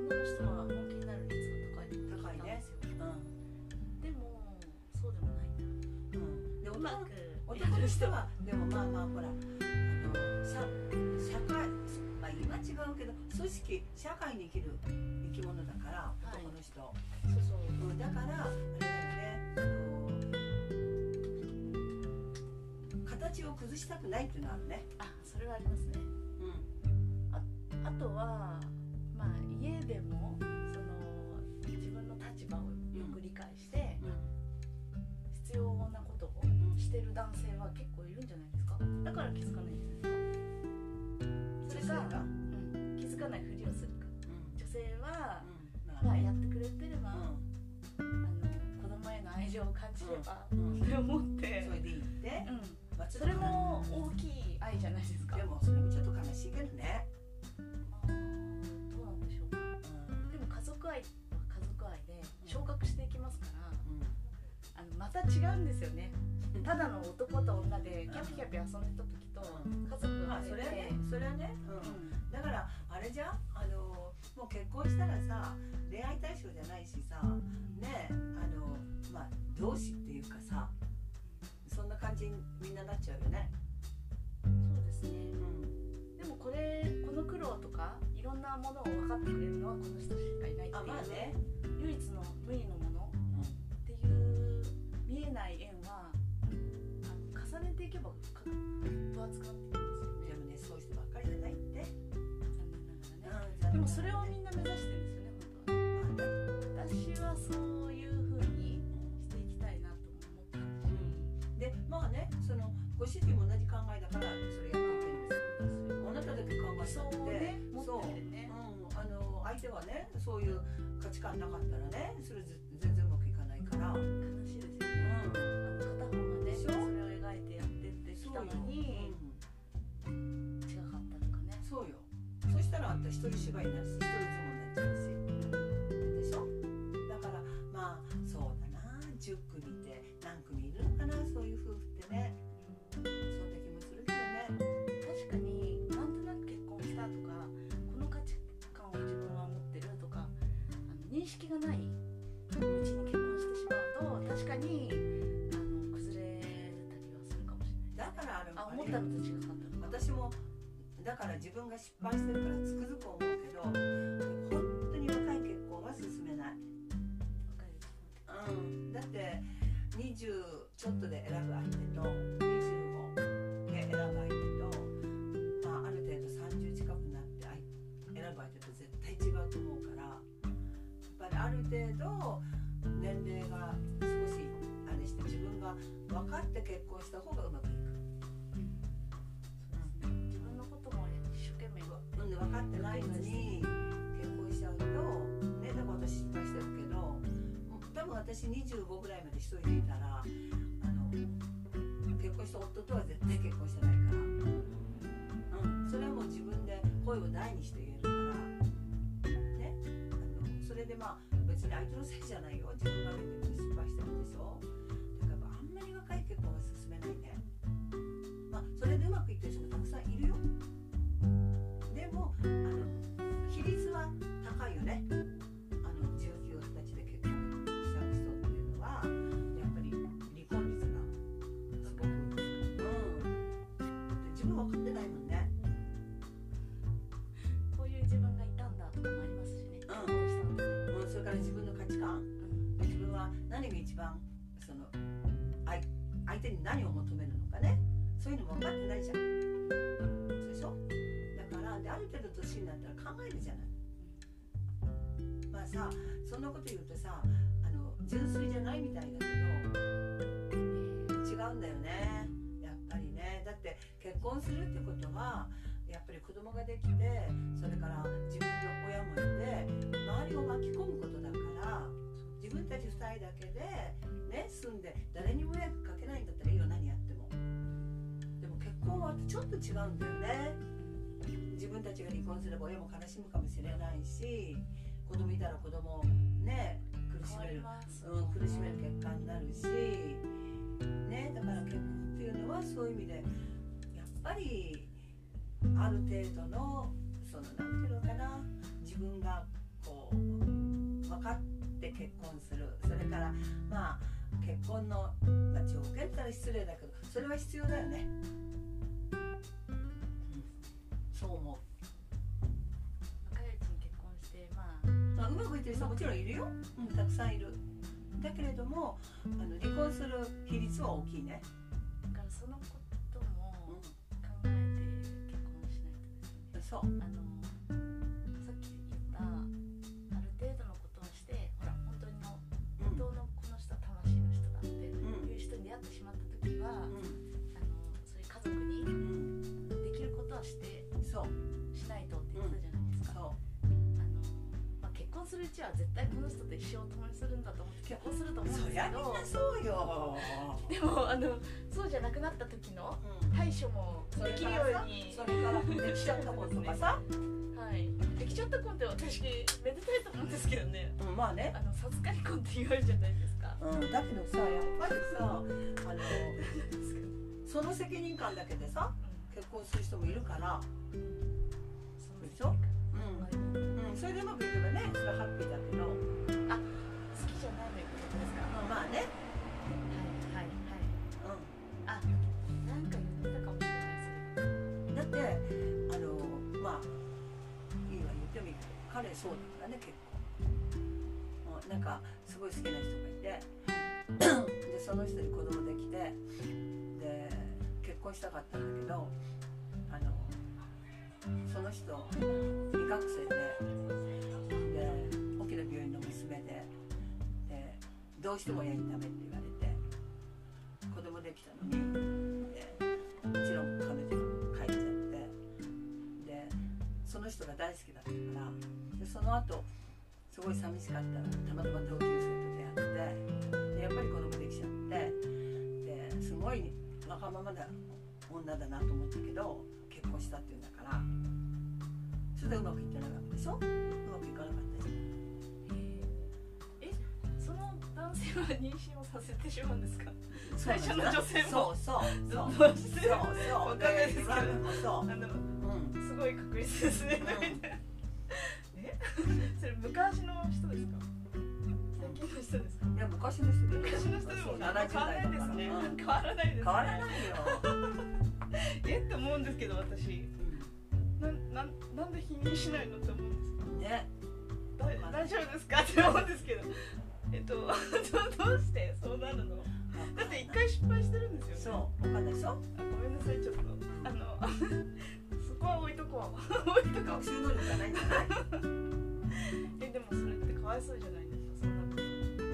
[SPEAKER 2] 女の人は本気になる率が高いってことなんですよ、
[SPEAKER 1] 高いね、うん、
[SPEAKER 2] でもそうでもないんだ、うん、でうまく
[SPEAKER 1] 男の人はでもまあまあほらあの社社会、まあ、今違うけど組織社会に生きる生き物だから、はい、男の人、そうそう、うん、だからあれだよね、形を崩したくないっていうのはあるね。
[SPEAKER 2] あ、それはありますね、うん、あ, あとはまあ家でもその自分の立場をよく理解して、うん、必要なことをしてる男性は結構いるんじゃないですか。だから気づかないんじゃないですか。それが、うん、気づかないふりをするか、うん、女性は、うん、まあやってくれてれば、うん、あの子供への愛情を感じれば、うん、って思って
[SPEAKER 1] それでいいって、うん、
[SPEAKER 2] それも大きい愛じゃないですか。
[SPEAKER 1] でもそれもちょっと悲しいけどね。
[SPEAKER 2] あ、どうなんでしょうか、うん、でも家族愛は家族愛で昇格していきますから、うん、あのまた違うんですよね。ただの男と女でキャピキャピ遊んでた時と家族が
[SPEAKER 1] それはね、それはね、うん、だからあれじゃあのもう結婚したらさ恋愛対象じゃないしさ、ね、あのまあ同志っていうかさ、そんな感じにみんななっちゃうよね。
[SPEAKER 2] そうですね、うん、でもこれこの苦労とかいろんなものを分かってくれるのはこの人しかいないっていう、あ、まあね、唯一の無二のものっていう見えない縁は重ねていけば分厚くなっていくんですよね。
[SPEAKER 1] でもね、そういう人ばっかりじゃないって。
[SPEAKER 2] 残念ながらね。でもそれをみんな目指してるんですよね、本当は。まあね、私はそういう風にしていきたいなと思ったし、うん、
[SPEAKER 1] で、まあね、そのご主人も同じ考えだからそれやっていけるんですよ。あなただけ考えたって、そうね、うん、あの相手はね、そういう価値観なかったらね、それ全然うまくいかないから。
[SPEAKER 2] 悲しいですよね。うん、片方がね、それを描いてやってってきたのに、うん、違かったとかね。
[SPEAKER 1] そうよ。そしたらあんた一人芝居になるし、一人相撲になっちゃうし、でしょ。だからまあそうだな、じゅっくみで何組いるのかな、そういう夫婦ってね。うん、そんな気もするけどね。
[SPEAKER 2] 確かになんとなく結婚したとか、この価値観を自分は持ってるとか、あの認識がないうちに結婚してしまうと、確かにあの崩れたりはするかもしれない。
[SPEAKER 1] だからあれ
[SPEAKER 2] あ、思ったのと違かったのか。
[SPEAKER 1] 私もだから自分が失敗してるからつくづく思うけど、本当に若い結婚は進めない。
[SPEAKER 2] 若いです、
[SPEAKER 1] うん、だってにじゅうちょっとで選ぶ相手とにじゅうごで選ぶ相手と、まあ、ある程度さんじゅう近くになって選ぶ相手と絶対違うと思うから、やっぱりある程度年齢が少しあれして自分が分かって結婚した方がうまくいく。分かってないのに結婚しちゃうとね、だから私失敗してるけど、多分私にじゅうごぐらいまで一人でいたら、あの結婚した夫とは絶対結婚してないから、うん、それはもう自分で声を大にして言えるからね。あのそれでまあ別に相手のせいじゃないよ、自分が失敗してるでしょ。だからあんまり若い結婚は進めないね。まあそれでうまくいってる人もたくさんいるよ。でもあの比率は高いよね。あのじゅうきゅう、はたちで結婚しちゃう人っていうのはやっぱり離婚率がすごく、うん、自分分かってないもんね。
[SPEAKER 2] こういう自分がいたんだとかもありますしね。
[SPEAKER 1] 何が一番その相手に何を求めるのかね、そういうのも分かってないじゃん。そうでしょ。だからである程度年になったら考えるじゃない。まあさ、そんなこと言うとさ、あの純粋じゃないみたいだけど違うんだよね、やっぱりね。だって結婚するってことはやっぱり子供ができて、それから自分の親もいて周りを巻き込むことだから、自分たちふたりだけでね住んで誰にも迷惑かけないんだったらいいよ、何やっても。でも結婚はちょっと違うんだよね。自分たちが離婚すれば親も悲しむかもしれないし、子供いたら子供をね苦しめる、うん、苦しめる結果になるしね。だから結婚っていうのはそういう意味でやっぱりある程度のそのなんていうのかな、自分がこう分かって結婚する、それからまあ結婚の、まあ、条件ったら失礼だけどそれは必要だよね、うん、そう思う。
[SPEAKER 2] 若いうちに結婚してまあ、
[SPEAKER 1] まあ、うまくいってる人もちろんいるよ、うん、たくさんいる。だけれどもあの離婚する比率は大きいね。
[SPEAKER 2] だからそのことも考えて結婚しないとですね。
[SPEAKER 1] そう、
[SPEAKER 2] あのさっき言ったある程度のことをして、ほら本当にの本当のこの人は魂の人だっていう人に出会ってしまった時は、うん、あのそういう家族に、うん、できることはして
[SPEAKER 1] そう
[SPEAKER 2] しないとって言ってたじゃないですか。
[SPEAKER 1] そう
[SPEAKER 2] あの、まあ、結婚するうちは絶対この人と一生を共にするんだと思って結婚すると思うんですけど、
[SPEAKER 1] そりゃみんなそうよ。
[SPEAKER 2] でもあのそうじゃなくなった時の対処もできるように、
[SPEAKER 1] それからできちゃったもんとかさ、
[SPEAKER 2] はい、できちゃった婚って私めでたいと思うんですけどね、
[SPEAKER 1] うん、まあね、
[SPEAKER 2] あの授かり婚って言われるじゃないですか、
[SPEAKER 1] うん、だけどさ、やっぱりさ、あのその責任感だけでさ、うん、結婚する人もいるから、うん、そうでしょ、うんうん、それでうまくいけばね、それはハッピーだけど、
[SPEAKER 2] あ、好きじゃないのってことですか、
[SPEAKER 1] まあ、まあね、
[SPEAKER 2] はいはいはい、うん、あ、なんか言ってたかもしれないです。
[SPEAKER 1] だってあのまあいいわ、言ってもいいけど彼そうだからね、結構もうなんかすごい好きな人がいてでその人に子供できてで結婚したかったんだけど、あのその人医学生でで大きな病院の娘ででどうしても親にダメって言われて子供できたのにでもちろん彼女が帰っちゃってでその人が大好きだったからでその後すごい寂しかったらたまたま同級生と出会ってでやっぱり子供できちゃってですごいわがままな女だなと思ったけど結婚したっていうんだからそれでうまくいってないわけでしょ。うまくいかなかったじゃん。
[SPEAKER 2] え、その男性は妊娠をさせてしまうんですか。最初の女性も
[SPEAKER 1] そうそうそう
[SPEAKER 2] そうそうわかんないですけど、
[SPEAKER 1] そう
[SPEAKER 2] あの、うん、すごい確率ですね、うん、えそれ昔の人ですか、最近の人ですか。
[SPEAKER 1] いや昔の人で
[SPEAKER 2] 昔の人でもななじゅう代だから変わらないですね、うん、変わらないですね、
[SPEAKER 1] 変わらないよ
[SPEAKER 2] えって思うんですけど私、うん、な, な, なんで否認しないのって思うんですけど
[SPEAKER 1] ね、
[SPEAKER 2] 大丈夫ですかって思うんですけどえっとどうしてそうなるの。だって一回失敗してるんですよね。
[SPEAKER 1] そう、わかんないでしょ。あ、
[SPEAKER 2] ごめんなさい、ちょっとあのそこは置いとこう置いとこう。
[SPEAKER 1] 学習能力がないんじゃない
[SPEAKER 2] え、でもそれってかわいそうじゃないですか、そうなって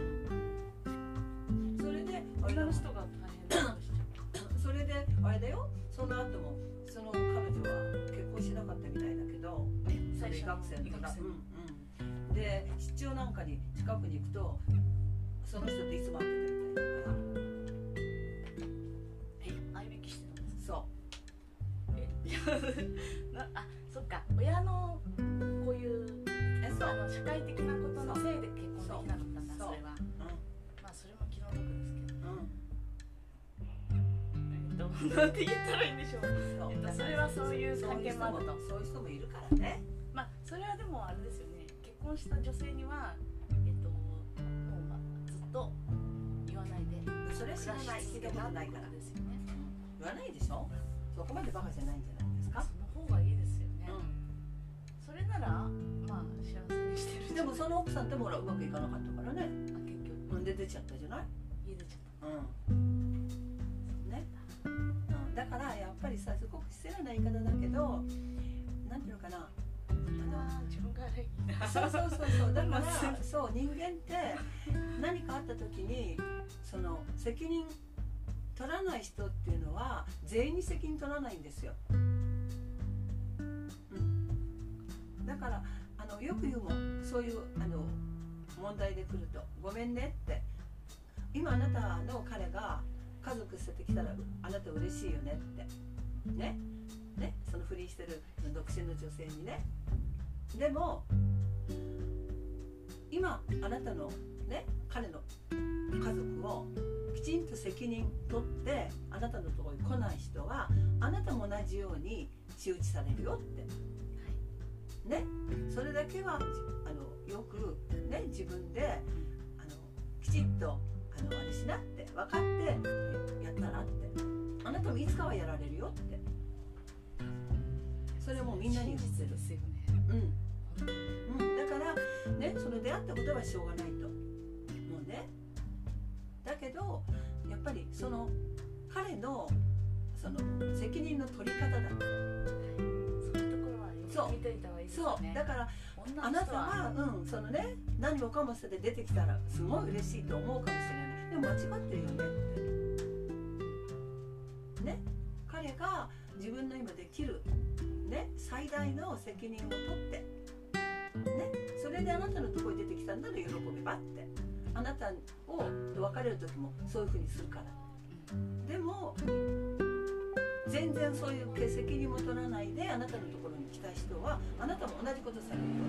[SPEAKER 1] それで
[SPEAKER 2] 女の人が大変だとしちゃう
[SPEAKER 1] それであれだよ、その後もその彼女は結婚しなかったみたいだけど最初学生の時、うんうん、で出張なんかに近くに行くとその人っていつも会ってたみたいだから
[SPEAKER 2] え、合いびきしてたんですか。
[SPEAKER 1] そう
[SPEAKER 2] えなあ、そっか、親のこういうえそうあの社会的なことのせいで結婚できなかったんだ、 そ, それは、うん、まあそれも気の毒ですけど、うん、えっとなんて言ったらいいんでしょう。そう、えっと、それはそういう関係もあると。
[SPEAKER 1] そういう人もいるからね。
[SPEAKER 2] まあそれはでもあれですよね、結婚した女性にはえっともう、まあ、ずっと言わないで
[SPEAKER 1] それ知らない、聞いたことないから
[SPEAKER 2] ですよね。
[SPEAKER 1] 言わないでしょ。そこまでバカじゃないんじゃないですか。
[SPEAKER 2] その方がいいですよね、うん、それならまあ幸せにしてる。
[SPEAKER 1] でもその奥さんってもほらうまくいかなかったからね。
[SPEAKER 2] あ、結局
[SPEAKER 1] うん、で出ちゃったじゃない。
[SPEAKER 2] 家出ちゃっ
[SPEAKER 1] うんね、うん、だからやっぱりさ、すごく失礼な言い方だけど、なんていうのかな、
[SPEAKER 2] た。ああ自分が悪い。
[SPEAKER 1] そうそうそうそう、だからそう人間って何かあった時にその責任取らない人っていうのは全員に責任取らないんですよ、うん、だからあのよく言うもん、そういうあの問題で来るとごめんねって、今あなたの彼が家族捨ててきたらあなた嬉しいよねってね、ね、その不倫してる独身の女性にね。でも今あなたのね彼の家族をきちんと責任取ってあなたのところに来ない人はあなたも同じように仕打ちされるよってね。それだけはあのよくね自分であのきちっとあのあれしなって分かってやったらって、あなたもいつかはやられるよって、それもみんなに言ってる。
[SPEAKER 2] ですよね。
[SPEAKER 1] うん、うん、だからね、その出会ったことはしょうがないと、もうね。だけどやっぱりその彼のその責任の取り方だって、
[SPEAKER 2] そういうところはよく見ていた方がいいですね。
[SPEAKER 1] そうだからあなたは、うん、そのね何もかもして出てきたらすごい嬉しいと思うかもしれない。でも間違ってるよねってね。彼が自分の今できるね最大の責任を取ってね、それであなたのところに出てきたんだら喜べばって、あなたをと別れる時もそういうふうにするから。でも全然そういう責任も取らないであなたのところに来た人はあなたも同じことされるよ。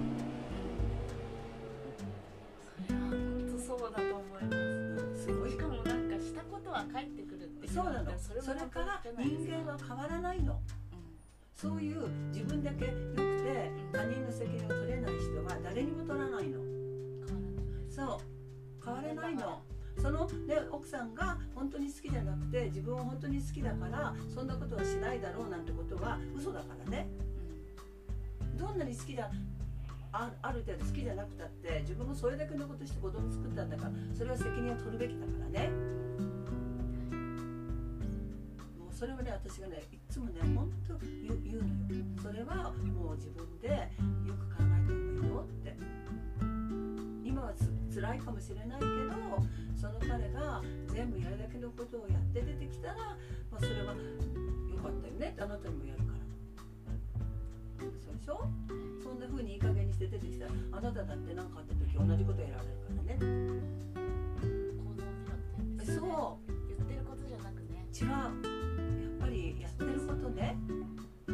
[SPEAKER 2] それは本当そうだと思います。すごい。しかもなんかしたことは返ってくるっていう。
[SPEAKER 1] そうなの。それ, それから人間は変わらないの。そういう自分だけ良くて他人の責任を取れない人は誰にも取らないの。そう変われないの。その、ね、奥さんが本当に好きじゃなくて自分は本当に好きだからそんなことはしないだろうなんてことは嘘だからね。どんなに好きだ あ, ある程度好きじゃなくたって自分もそれだけのことして子供作ったんだからそれは責任を取るべきだからね。それはね、私がね、いつもね、本当言う、言うのよ。それはもう自分でよく考えた方がいいよって。今はつ辛いかもしれないけど、その彼が全部やるだけのことをやって出てきたら、まあ、それは良かったよねってあなたにもやるから。そうでしょ？そんな風にいい加減にして出てきたら、あなただって何かあった時同じことやられるからね。
[SPEAKER 2] 行動を見ろって言うんですよね。そう。言ってることじゃなくね。
[SPEAKER 1] 違う。やっぱりやってることで、うん、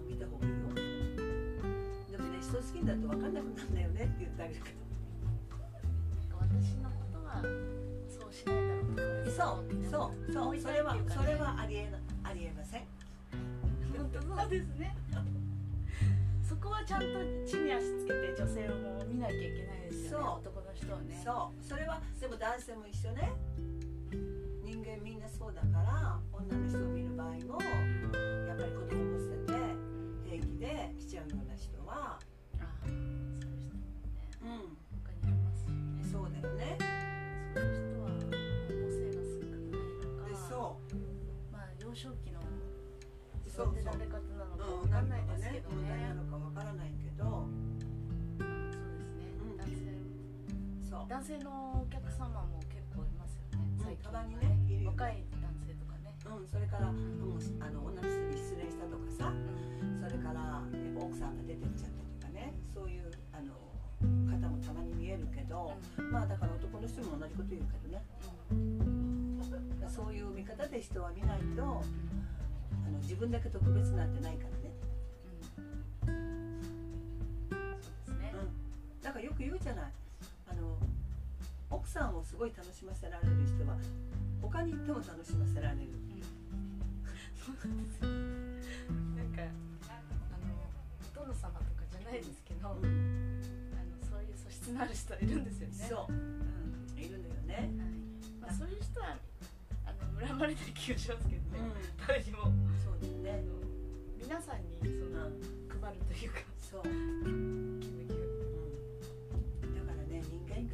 [SPEAKER 1] 見た方がいいよ。でもね、人好きになると分かんなくなるんだよねって言ってあげるけど。
[SPEAKER 2] 私のことはそうしないだろうとか。
[SPEAKER 1] そうそうそう、それはそれはありえなありえません。
[SPEAKER 2] 本当そうですね。そこはちゃんと地に足つけて女性をも見なきゃいけないですよね。男の人をね。
[SPEAKER 1] そう、それはでも男性も一緒ね。人間みんなそうだから女の人を見る場合もやっぱり子供を捨てて平気で来ちゃうような人は、
[SPEAKER 2] ああ、そういう人もね、
[SPEAKER 1] うん、
[SPEAKER 2] 他にありますよね。
[SPEAKER 1] そうだよね。
[SPEAKER 2] そういう人は母性が少ないのか、
[SPEAKER 1] そう、
[SPEAKER 2] まあ幼少期の
[SPEAKER 1] そう
[SPEAKER 2] 育てられ方なのかわかんないですけどね。
[SPEAKER 1] 問題なのかわからないけど、
[SPEAKER 2] まあそうですね。
[SPEAKER 1] うん、
[SPEAKER 2] 男性、
[SPEAKER 1] そう、
[SPEAKER 2] 男性のお客様も結構いますよね。最近
[SPEAKER 1] たまにね、いるよね。
[SPEAKER 2] 若い男性とかね。
[SPEAKER 1] うん、それから、うん、あの女の人に失恋したとかさ、うん、それからやっぱ奥さんが出てっちゃったとかね、そういうあの方もたまに見えるけど、うん、まあだから男の人も同じこと言うけどね、うん、そういう見方で人は見ないと、あの自分だけ特別なんてないからね、
[SPEAKER 2] うん、そうですね、
[SPEAKER 1] うん、だからよく言うじゃない、あの奥さんをすごい楽しませられる人は他に行っても楽しませられる。
[SPEAKER 2] そうなんですよ。なんかあのお殿様とかじゃないですけど、うん、あのそういう素質のある人いるんですよね。
[SPEAKER 1] そう、うん、いるのよね。
[SPEAKER 2] はい、まあ、そういう人はあの恨まれない気がしますけどね。誰、うん、にも。
[SPEAKER 1] そうですね。
[SPEAKER 2] 皆さんにその、うん、配るというか。
[SPEAKER 1] そう。うん、だからね、人間ってね不思議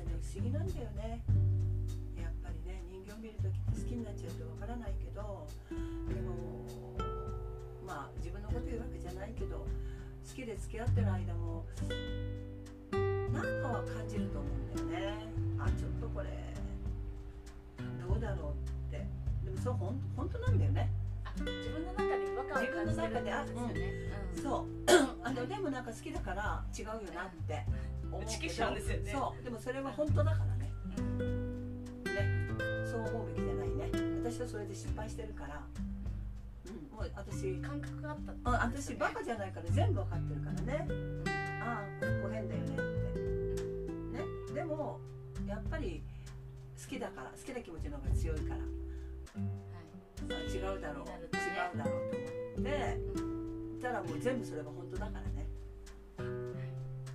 [SPEAKER 1] 議なんだよね。やっぱりね、人形を見るときって好きになっちゃうとわからないけど、でもまあ自分のこと言うわけじゃないけど、好きで付き合ってる間もなんかは感じると思うんだよね。あ、ちょっとこれどうだろうって。でもそうほん本当なんだよね。
[SPEAKER 2] あ、自分の中で違和感を感じてるんですよね。うん、
[SPEAKER 1] そうあのでもなんか好きだから違うよなって思うけど、
[SPEAKER 2] 打ち消しちゃうんですよね。
[SPEAKER 1] そうでもそれは本当だからね、うん、ね、そう思うべきじゃないね。私はそれで失敗してるから、うん、もう私
[SPEAKER 2] 感覚があったって
[SPEAKER 1] あ私バカじゃないから全部わかってるからね、うん、ああここ変だよねって、ね、でもやっぱり好きだから好きな気持ちの方が強いから、はい、違うだろう、ね、違うだろうと思って、うん、たらもう全部それが本当だからね、はい、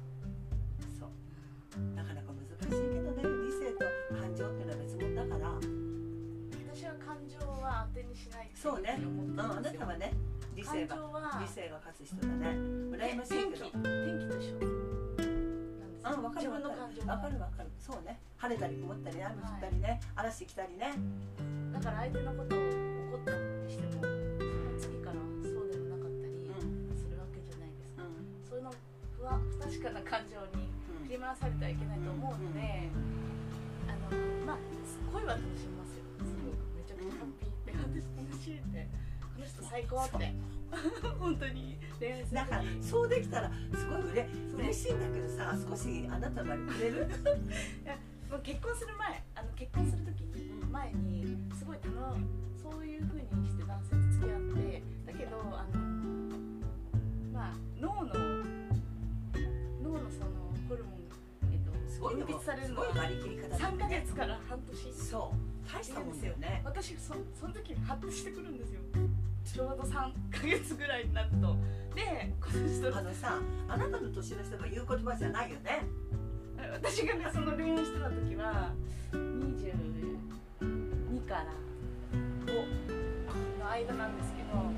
[SPEAKER 1] そうなかなか難しいけどね、理性と感情っていうのは別物だから。
[SPEAKER 2] 私は感情は当てにしないって
[SPEAKER 1] そうね、
[SPEAKER 2] 思ってるんですよ。
[SPEAKER 1] うん、あなたはね理性が理性が勝つ人だね。羨ましいけど
[SPEAKER 2] 天気と一緒なんですよ。
[SPEAKER 1] うん、分かる分かる分かる分かる。そうね、晴れたり曇ったり雨降ったりね、はい、嵐来たりね。
[SPEAKER 2] だから相手のことを怒ったりしてもその次からそうでもなかったりするわけじゃないですか、うん、そういうの不わ不確かな感情に振り回されてはいけないと思うので、うん、あのまあ恋は楽しみますよ。すごくめちゃくちゃハッピーって私楽しいってこの人最高って本当に恋愛する
[SPEAKER 1] だからそうできたらすごい嬉しいんだけどさ、少しあなたまでくれる
[SPEAKER 2] いやもう結婚する前あの結婚する時に前にすごい楽そういう風にして男性と付き合ってだけどあのまあ脳の脳のそのホルモンが、えっと、
[SPEAKER 1] すごい
[SPEAKER 2] 分泌されるのはさんかげつから半年。
[SPEAKER 1] そう大したもんだよね。
[SPEAKER 2] 私 そ, その時に発達してくるんですよ。ちょうどさんかげつぐらいになると。でこの人
[SPEAKER 1] あのさあなたの年の人が言う言葉じゃないよね。
[SPEAKER 2] 私がねその恋愛してた時はにじゅうにからごの間なんですけど、あの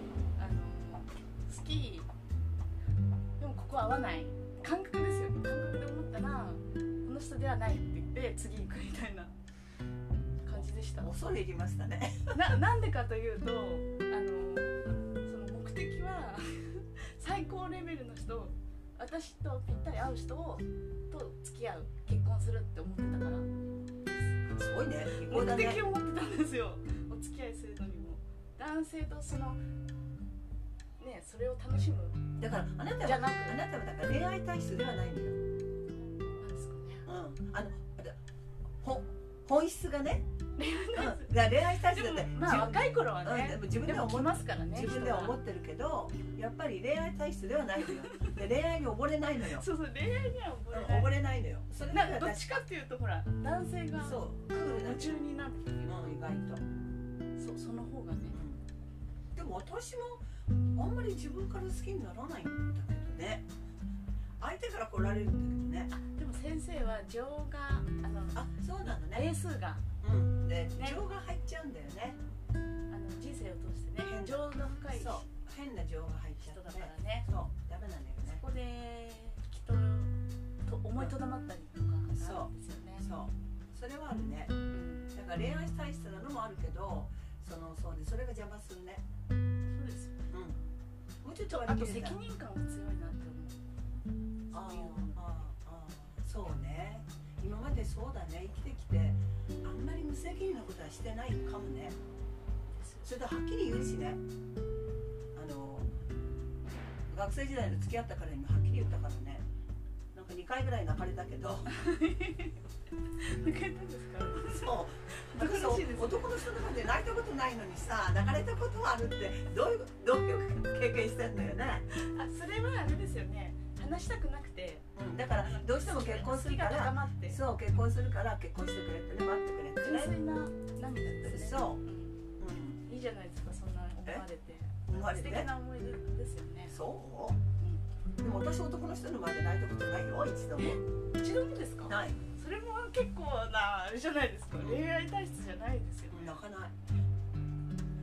[SPEAKER 2] 好きでもここ合わない感覚ですよ。感覚で思ったらこの人ではないって言って次行くみたいな感じでした。
[SPEAKER 1] 恐れ入りましたね。
[SPEAKER 2] な, なんでかというとあのその目的は最高レベルの人、私とぴったり合う人をと付き合う結婚するって思ってたから。
[SPEAKER 1] すごいね。
[SPEAKER 2] 目的を持ってたんですよ。お付き合いするのにも男性とそのねそれを楽しむ。
[SPEAKER 1] だからあなたはあなたはだから恋愛体質ではないのよ。
[SPEAKER 2] なんですかね。
[SPEAKER 1] うん。あのほ本質がね。
[SPEAKER 2] 恋愛体質。
[SPEAKER 1] うん、恋愛体質だって。
[SPEAKER 2] まあ若い頃はね。
[SPEAKER 1] うん、でも自分では思
[SPEAKER 2] ますからね。
[SPEAKER 1] 自分では思ってるけど、やっぱり恋愛体質ではないのよ。で恋愛に溺れないのよ。
[SPEAKER 2] そうそう恋愛には溺れない。
[SPEAKER 1] 溺れないのよ。それ
[SPEAKER 2] なんかどっちかっていうとほら男性が
[SPEAKER 1] そうクールな
[SPEAKER 2] 夢中になるっていう。
[SPEAKER 1] 意外と。
[SPEAKER 2] そうその方がね。
[SPEAKER 1] うん、でも私もあんまり自分から好きにならないんだけどね。相手から来られるんだけどね。
[SPEAKER 2] あでも先生は情があの
[SPEAKER 1] あそうなのね。
[SPEAKER 2] 英数が。
[SPEAKER 1] うん、で、ね、情が入っちゃうんだよね。
[SPEAKER 2] あの人生を通してね、情の深い
[SPEAKER 1] そう変な情が入っちゃう、
[SPEAKER 2] 人だからね。
[SPEAKER 1] そうダメなんだよね。
[SPEAKER 2] そこできっとと思いとどまったりとかがあるんですよね。
[SPEAKER 1] そう、そうそれはあるね。だから恋愛体質なのもあるけど、そのそうねそれが邪魔するね。
[SPEAKER 2] そうですよ。
[SPEAKER 1] うん。もうちょっと
[SPEAKER 2] あと責任感が強いなって思う。
[SPEAKER 1] ああああそうね。今までそうだね生きてきてあんまり無責任なことはしてないかもね。それとはっきり言うしね、あの学生時代の付き合ったから今はっきり言ったからね、なんかにかいぐらい泣かれたけど
[SPEAKER 2] 泣かれたんですか？
[SPEAKER 1] そうなんかそう男の人とかで泣いたことないのにさ泣かれたことはあるってどういうどういう経験してんのよね。
[SPEAKER 2] あそれはあれですよね、話したくなくて、
[SPEAKER 1] うん、だからどうしても結婚するからそう結婚するから結婚してくれってね待ってくれってね
[SPEAKER 2] 純粋な涙ですね。そう、
[SPEAKER 1] うん、
[SPEAKER 2] いいじゃないですかそんな思われて
[SPEAKER 1] 思われて
[SPEAKER 2] 素敵な思い出ですよね。
[SPEAKER 1] そう、うん、でも私男の人の前で泣いたことないよ一度も。
[SPEAKER 2] 一度もですか？
[SPEAKER 1] ない。
[SPEAKER 2] それも結構なあれじゃないですか、うん、恋愛体質じゃないですよね。
[SPEAKER 1] 泣かない。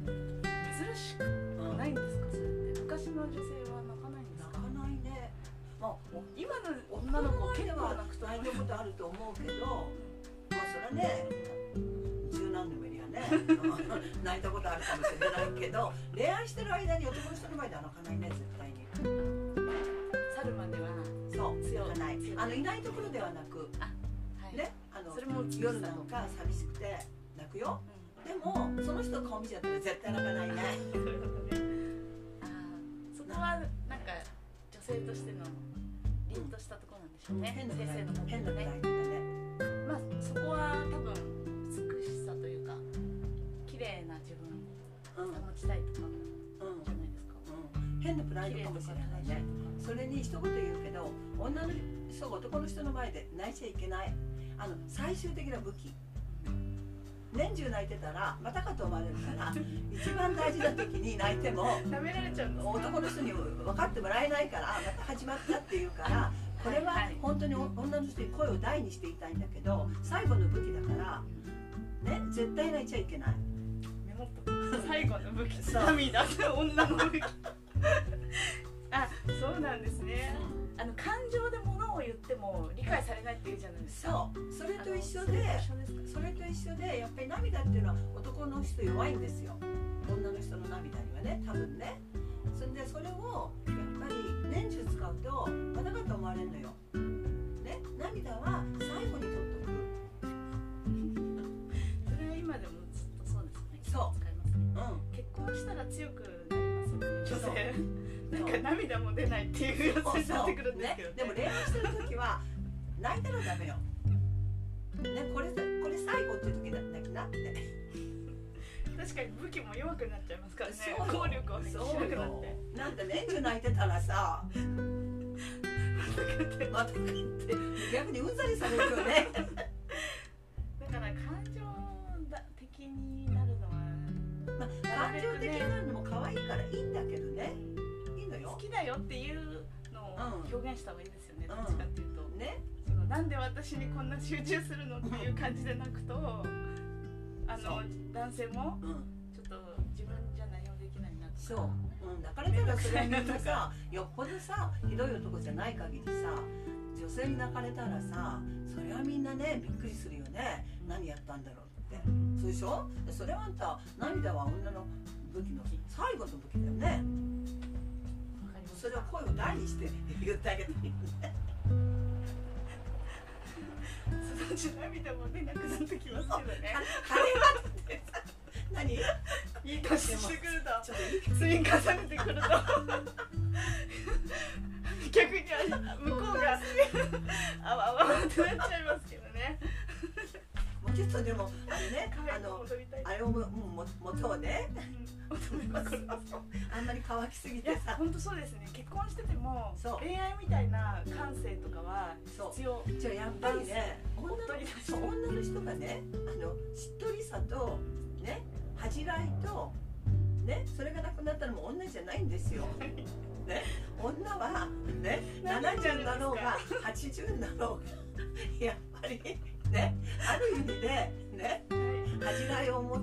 [SPEAKER 2] 珍しくないんですか、それって。昔の女性は泣かないんですか？
[SPEAKER 1] 泣かないね。 まあ
[SPEAKER 2] 今の女の子結構泣くと
[SPEAKER 1] 泣いたことあると思うけど、まあそれはね十何年目にはね泣いたことあるかもしれないけど、恋愛してる間に男の人の前では泣かないね、絶対に。
[SPEAKER 2] 去るまでは
[SPEAKER 1] そう
[SPEAKER 2] 強
[SPEAKER 1] 泣かない。
[SPEAKER 2] 強
[SPEAKER 1] あのいないところでは泣く。
[SPEAKER 2] あ、はい、
[SPEAKER 1] ね、あの
[SPEAKER 2] それも
[SPEAKER 1] 夜なんか寂しくて泣くよ。でもその人の顔見ちゃったら絶対泣かないね。
[SPEAKER 2] あ、そこはなんか女性としての凛としたところなんでしょうね。
[SPEAKER 1] 変な
[SPEAKER 2] 先生の
[SPEAKER 1] 変な
[SPEAKER 2] ね。まあそこは多分美しさというか綺麗な自分を保ちたいとかじゃないですか。
[SPEAKER 1] うんうん、変なプライドかもしれないね。それに一言言うけど、女の人が男の人の前で泣いちゃいけない。あの最終的な武器。年中泣いてたらまたかと思われるから一番大事な時に泣いても
[SPEAKER 2] 舐められちゃうの
[SPEAKER 1] 男の人に分かってもらえないから、また始まったっていうから、これは本当に女の人に声を大にして言いたいんだけど、最後の武器だからね、絶対泣いちゃいけない。
[SPEAKER 2] メモっと最後の武器、涙、女の武器あ、そうなんですね。あの感情で物を言っても理解されないっていうじゃないですか。
[SPEAKER 1] そう、それと一緒で、それと一緒でやっぱり涙っていうのは男の人弱いんですよ。女の人の涙にはね、多分ね。それでそれをやっぱり年中使うとまたかと思われるのよ。ね、涙は最後に取っとく。
[SPEAKER 2] それは今でもずっとそうですね。
[SPEAKER 1] そう。
[SPEAKER 2] 使いますね。
[SPEAKER 1] うん。
[SPEAKER 2] 結婚したら強くなりますよね。女性。なんか涙も出ないっていうやつになってくるんですけどね。
[SPEAKER 1] でも恋愛してる時は泣いたらダメよ。ね、これこれ最後っていう時だ泣きなって。
[SPEAKER 2] 確かに武器も弱くなっちゃいますからね。
[SPEAKER 1] 効
[SPEAKER 2] 力を発揮しなくなって。
[SPEAKER 1] なんか年中泣いてたらさ、またかって逆にうんざりされるよね。
[SPEAKER 2] だから感情的になるのは、
[SPEAKER 1] まあ、感情的になるのも可愛いからいいんだけどね。
[SPEAKER 2] 好きだよっていうのを表現した方がいいですよね。
[SPEAKER 1] うん、
[SPEAKER 2] どっちかっていうと、ね、そのなんで私にこんな集中するのっていう感じでなくと、あの男性もちょっと自分じゃ何もできないなとか。
[SPEAKER 1] そう、うん、泣かれたらそれはみんなさ、よっぽどさひどい男じゃない限りさ、女性に泣かれたらさ、それはみんなねびっくりするよね。何やったんだろうって。そうでしょ。それはあんた涙は女の武器の最後の武器だよね。それを声を大にして言ってあげていいね。
[SPEAKER 2] そのうち涙も出なくなってきますけどね。
[SPEAKER 1] あれはって何？い
[SPEAKER 2] い年してくると、ちょっと積み重ねてくると逆に向こうがあわあわってなっちゃいますけどね。
[SPEAKER 1] もうちょっとでもあれね、あのあれをもも元をね。あんまり乾きすぎてさ。
[SPEAKER 2] 本当そうですね。結婚してても恋愛みたいな感性とかは必要。
[SPEAKER 1] じゃあやっぱりね、女の女の人がね、あのしっとりさとね、恥じらいとね、それがなくなったのも女じゃないんですよ。ね、女はね、ななじゅうになろうがはちじゅうになろうがやっぱりね、ある意味でね、恥じらいを持って、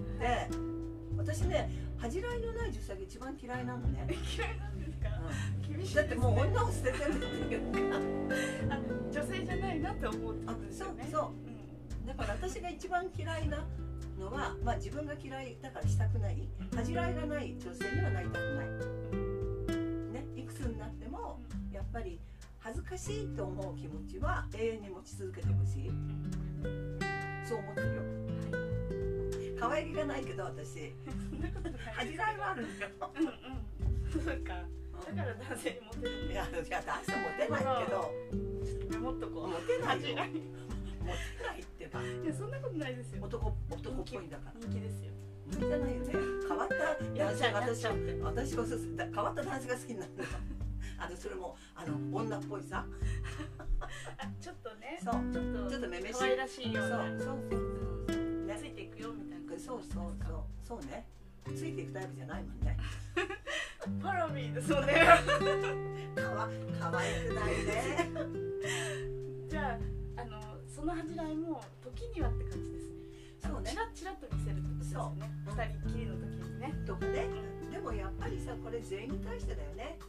[SPEAKER 1] 私ね。恥じらいのない女性が一番嫌いなのね。
[SPEAKER 2] 嫌いなんですか。うん、厳しい
[SPEAKER 1] だってもう女を捨ててるっていうか。
[SPEAKER 2] あ、女性じゃないなって思ってるんですよね。
[SPEAKER 1] そうそう。うん、だから私が一番嫌いなのは、まあ自分が嫌いだからしたくない。恥じらいがない女性にはなりたくない。ね、いくつになってもやっぱり恥ずかしいと思う気持ちは永遠に持ち続けてほしい。そう思ってるよ。可愛げがないけど私恥じらいはあるんだよ。
[SPEAKER 2] うんうん。そうか。だから男性にモテる。
[SPEAKER 1] いや、いや男性モテないけど。
[SPEAKER 2] ちょっとメモっとこう。
[SPEAKER 1] モテないよ。モテないってば。
[SPEAKER 2] いやそんなことないですよ。
[SPEAKER 1] 男男っぽいんだから。
[SPEAKER 2] 人気ですよ。
[SPEAKER 1] 人気じゃないよね。変わった男性私私こそ変わった男性が好きになるの。あのそれもあの女っぽいさ。
[SPEAKER 2] ちょっとね。
[SPEAKER 1] そう。
[SPEAKER 2] ちょっと
[SPEAKER 1] ちょっとめめしい。
[SPEAKER 2] 可愛らしいような。
[SPEAKER 1] そうそうそう。
[SPEAKER 2] ついていくよみたいな。
[SPEAKER 1] そうそうそうそうね。ついていくタイプじゃないもんね。
[SPEAKER 2] パラミーですよね。
[SPEAKER 1] かわ可愛くないね。
[SPEAKER 2] じゃああのその恥じらいも時にはって感じですね。そうね。チラチラと見せるってことですよね。二人っきりの時にね。
[SPEAKER 1] とかね。でもやっぱりさこれ全員に対してだよね。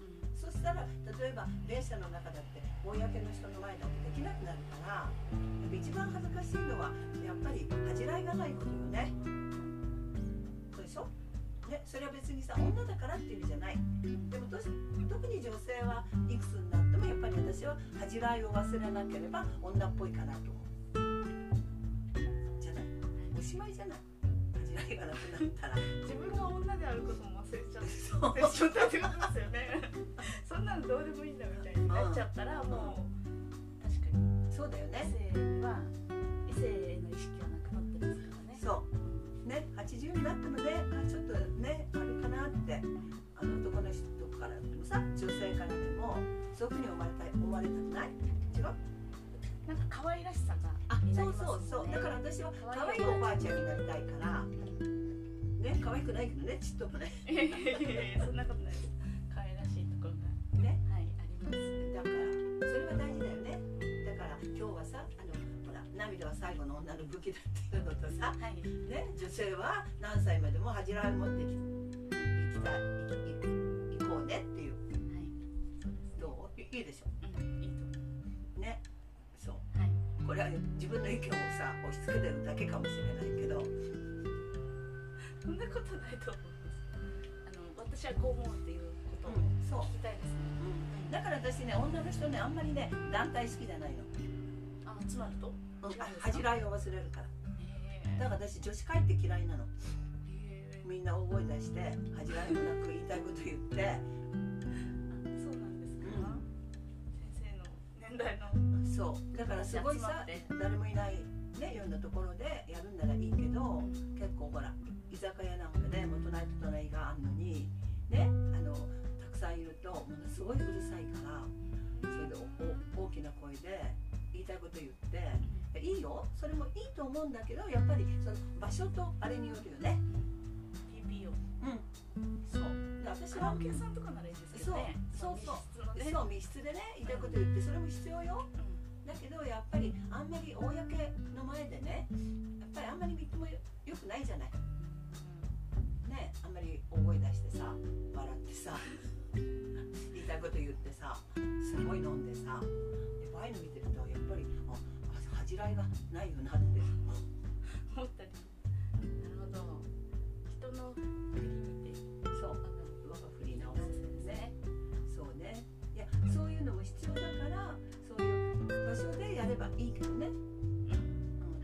[SPEAKER 1] そしたら例えば電車の中だって公の人の前だってできなくなるから、一番恥ずかしいのはやっぱり恥じらいがないことよね。そうでしょね、それは別にさ女だからっていう意味じゃない。でもどうし特に女性はいくつになってもやっぱり私は恥じらいを忘れなければ女っぽいかなと思う。じゃない？おしまいじゃない？恥じらいがなくなったら
[SPEAKER 2] 自分が女であることも忘れちゃって、そうってことですよね。そんなのどうでもいいんだみたいになっちゃったら、うん、もう確かに
[SPEAKER 1] そうだよね。
[SPEAKER 2] 異性は異性への意識はなくなってますからね。
[SPEAKER 1] そうね、はちじゅうになったので、あ、ちょっとねあるかなって、あの男の人からでもさ、女性からでもそういうふうに思われたい思われたくない？違う？
[SPEAKER 2] なんか可愛らしさが、
[SPEAKER 1] あ、そうそうそう。だから私は可愛いおばあちゃんになりたいから、ね、可愛くないけどね、ちっともね。
[SPEAKER 2] そんなことないです。可愛らしいところが
[SPEAKER 1] ね、
[SPEAKER 2] はい、あります。
[SPEAKER 1] だからそれは大事だよね。だから今日はさ、あのほら涙は最後の女の武器だっていうのとさ、はい、ね、女性は何歳までも恥じらいを持ってき生きたい行こうねっていう。はい、どう？いいでしょ。
[SPEAKER 2] うん、いいと思う。ね、
[SPEAKER 1] そう。はい。これは自分の意見をさ押し付けてるだけかもしれないけど。
[SPEAKER 2] そんなことないと思います。あの私はこう思うっていうことを聞きたいですね。
[SPEAKER 1] うん、だから私ね、女の人ね、あんまりね、団体好きじゃないの。
[SPEAKER 2] あ、集まると？
[SPEAKER 1] うん、恥じらいを忘れるから。だから私女子会って嫌いなの。みんな大声出して恥じらいもなく言いたいこと言って。あ、
[SPEAKER 2] そうなんですか。うん、先生の年代の。
[SPEAKER 1] そう。だからすごいさ、誰もいないね、ようなところでやるんならいいけど、うん、結構ほら。居酒屋なんかでも隣と隣があるのにね、あのたくさんいるとものすごいうるさいから、それでおお大きな声で言いたいこと言っていいよ、それもいいと思うんだけど、やっぱりその場所とあれによるよね。
[SPEAKER 2] ピーピーオー、
[SPEAKER 1] うん、そうで、私は
[SPEAKER 2] カラオケ屋さんとかならいいですけどね。
[SPEAKER 1] そうそうそう、そう密室でね言いたいこと言って、それも必要よ、うん、だけどやっぱりあんまり公の前でね、やっぱりあんまりみっともよくないじゃないね、あんまり大声出してさ、笑ってさ言いたいこと言ってさ、すごい飲んでさ、でああいうの見てるとやっぱりあ恥じらいがないよなって
[SPEAKER 2] 思ったり。なるほど。人の振り見て、
[SPEAKER 1] そう、我が振り直すんですね。そうね。いや、そういうのも必要だから、そういう場所でやればいいけどね。うん、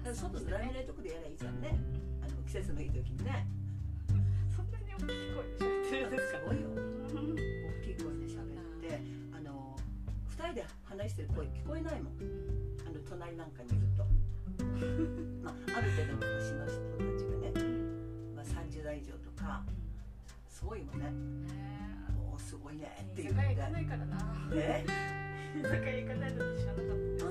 [SPEAKER 1] だから外の誰もいないとこでやればいいじゃんね。あの季節のいい時にね。
[SPEAKER 2] 大きい声で喋ってるんですか？
[SPEAKER 1] すごいよ。大きい声で喋って、あのふたりで話してる声聞こえないもん。あの隣なんかにいると、まあある程度の年の人たちがね、まあさんじゅうだい以上とか、すごいもんね。おお、すごいねって言って。
[SPEAKER 2] 居酒屋行かないからな。ね。居酒屋行かないので知らなかったです。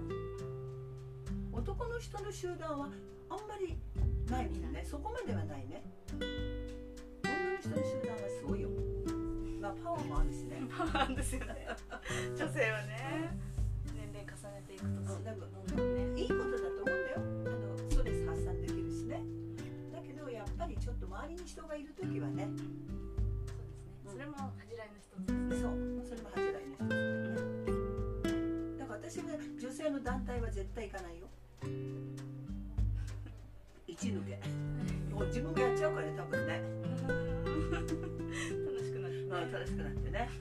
[SPEAKER 1] うん。男の人の集団はあんまりないもんね。そこまではないね。人の集団はすごいよ。まあパワーもあるしね。
[SPEAKER 2] パワーあるんですよね。女性はね、年齢重ねていくと、
[SPEAKER 1] うん、でも、うんね、いいことだと思うんだよ。あのストレス発散できるしね。だけどやっぱりちょっと周りに人がいるときはね。
[SPEAKER 2] そうですね。それも恥じらいの一つですね。
[SPEAKER 1] そう、それも恥じらいの一つだよね。だから私は女性の団体は絶対行かないよ。一抜け。もう自分がやっちゃうからね、多分ね。
[SPEAKER 2] 楽しくなって、ね、
[SPEAKER 1] 楽しくなってね。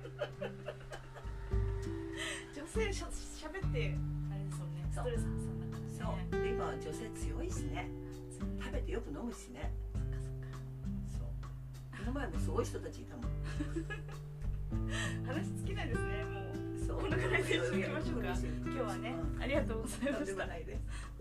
[SPEAKER 2] 女性しゃ喋ってあれですもんね。ストレス発散だからね。
[SPEAKER 1] そう。で今は女性強いしね。食べてよく飲むしね。そっかそっか。そう。この前もすごい人たちいたもん。
[SPEAKER 2] 話尽きないですね。もうそうこのぐらいで締めましょうか。今日はね、うん、ありがとうございました。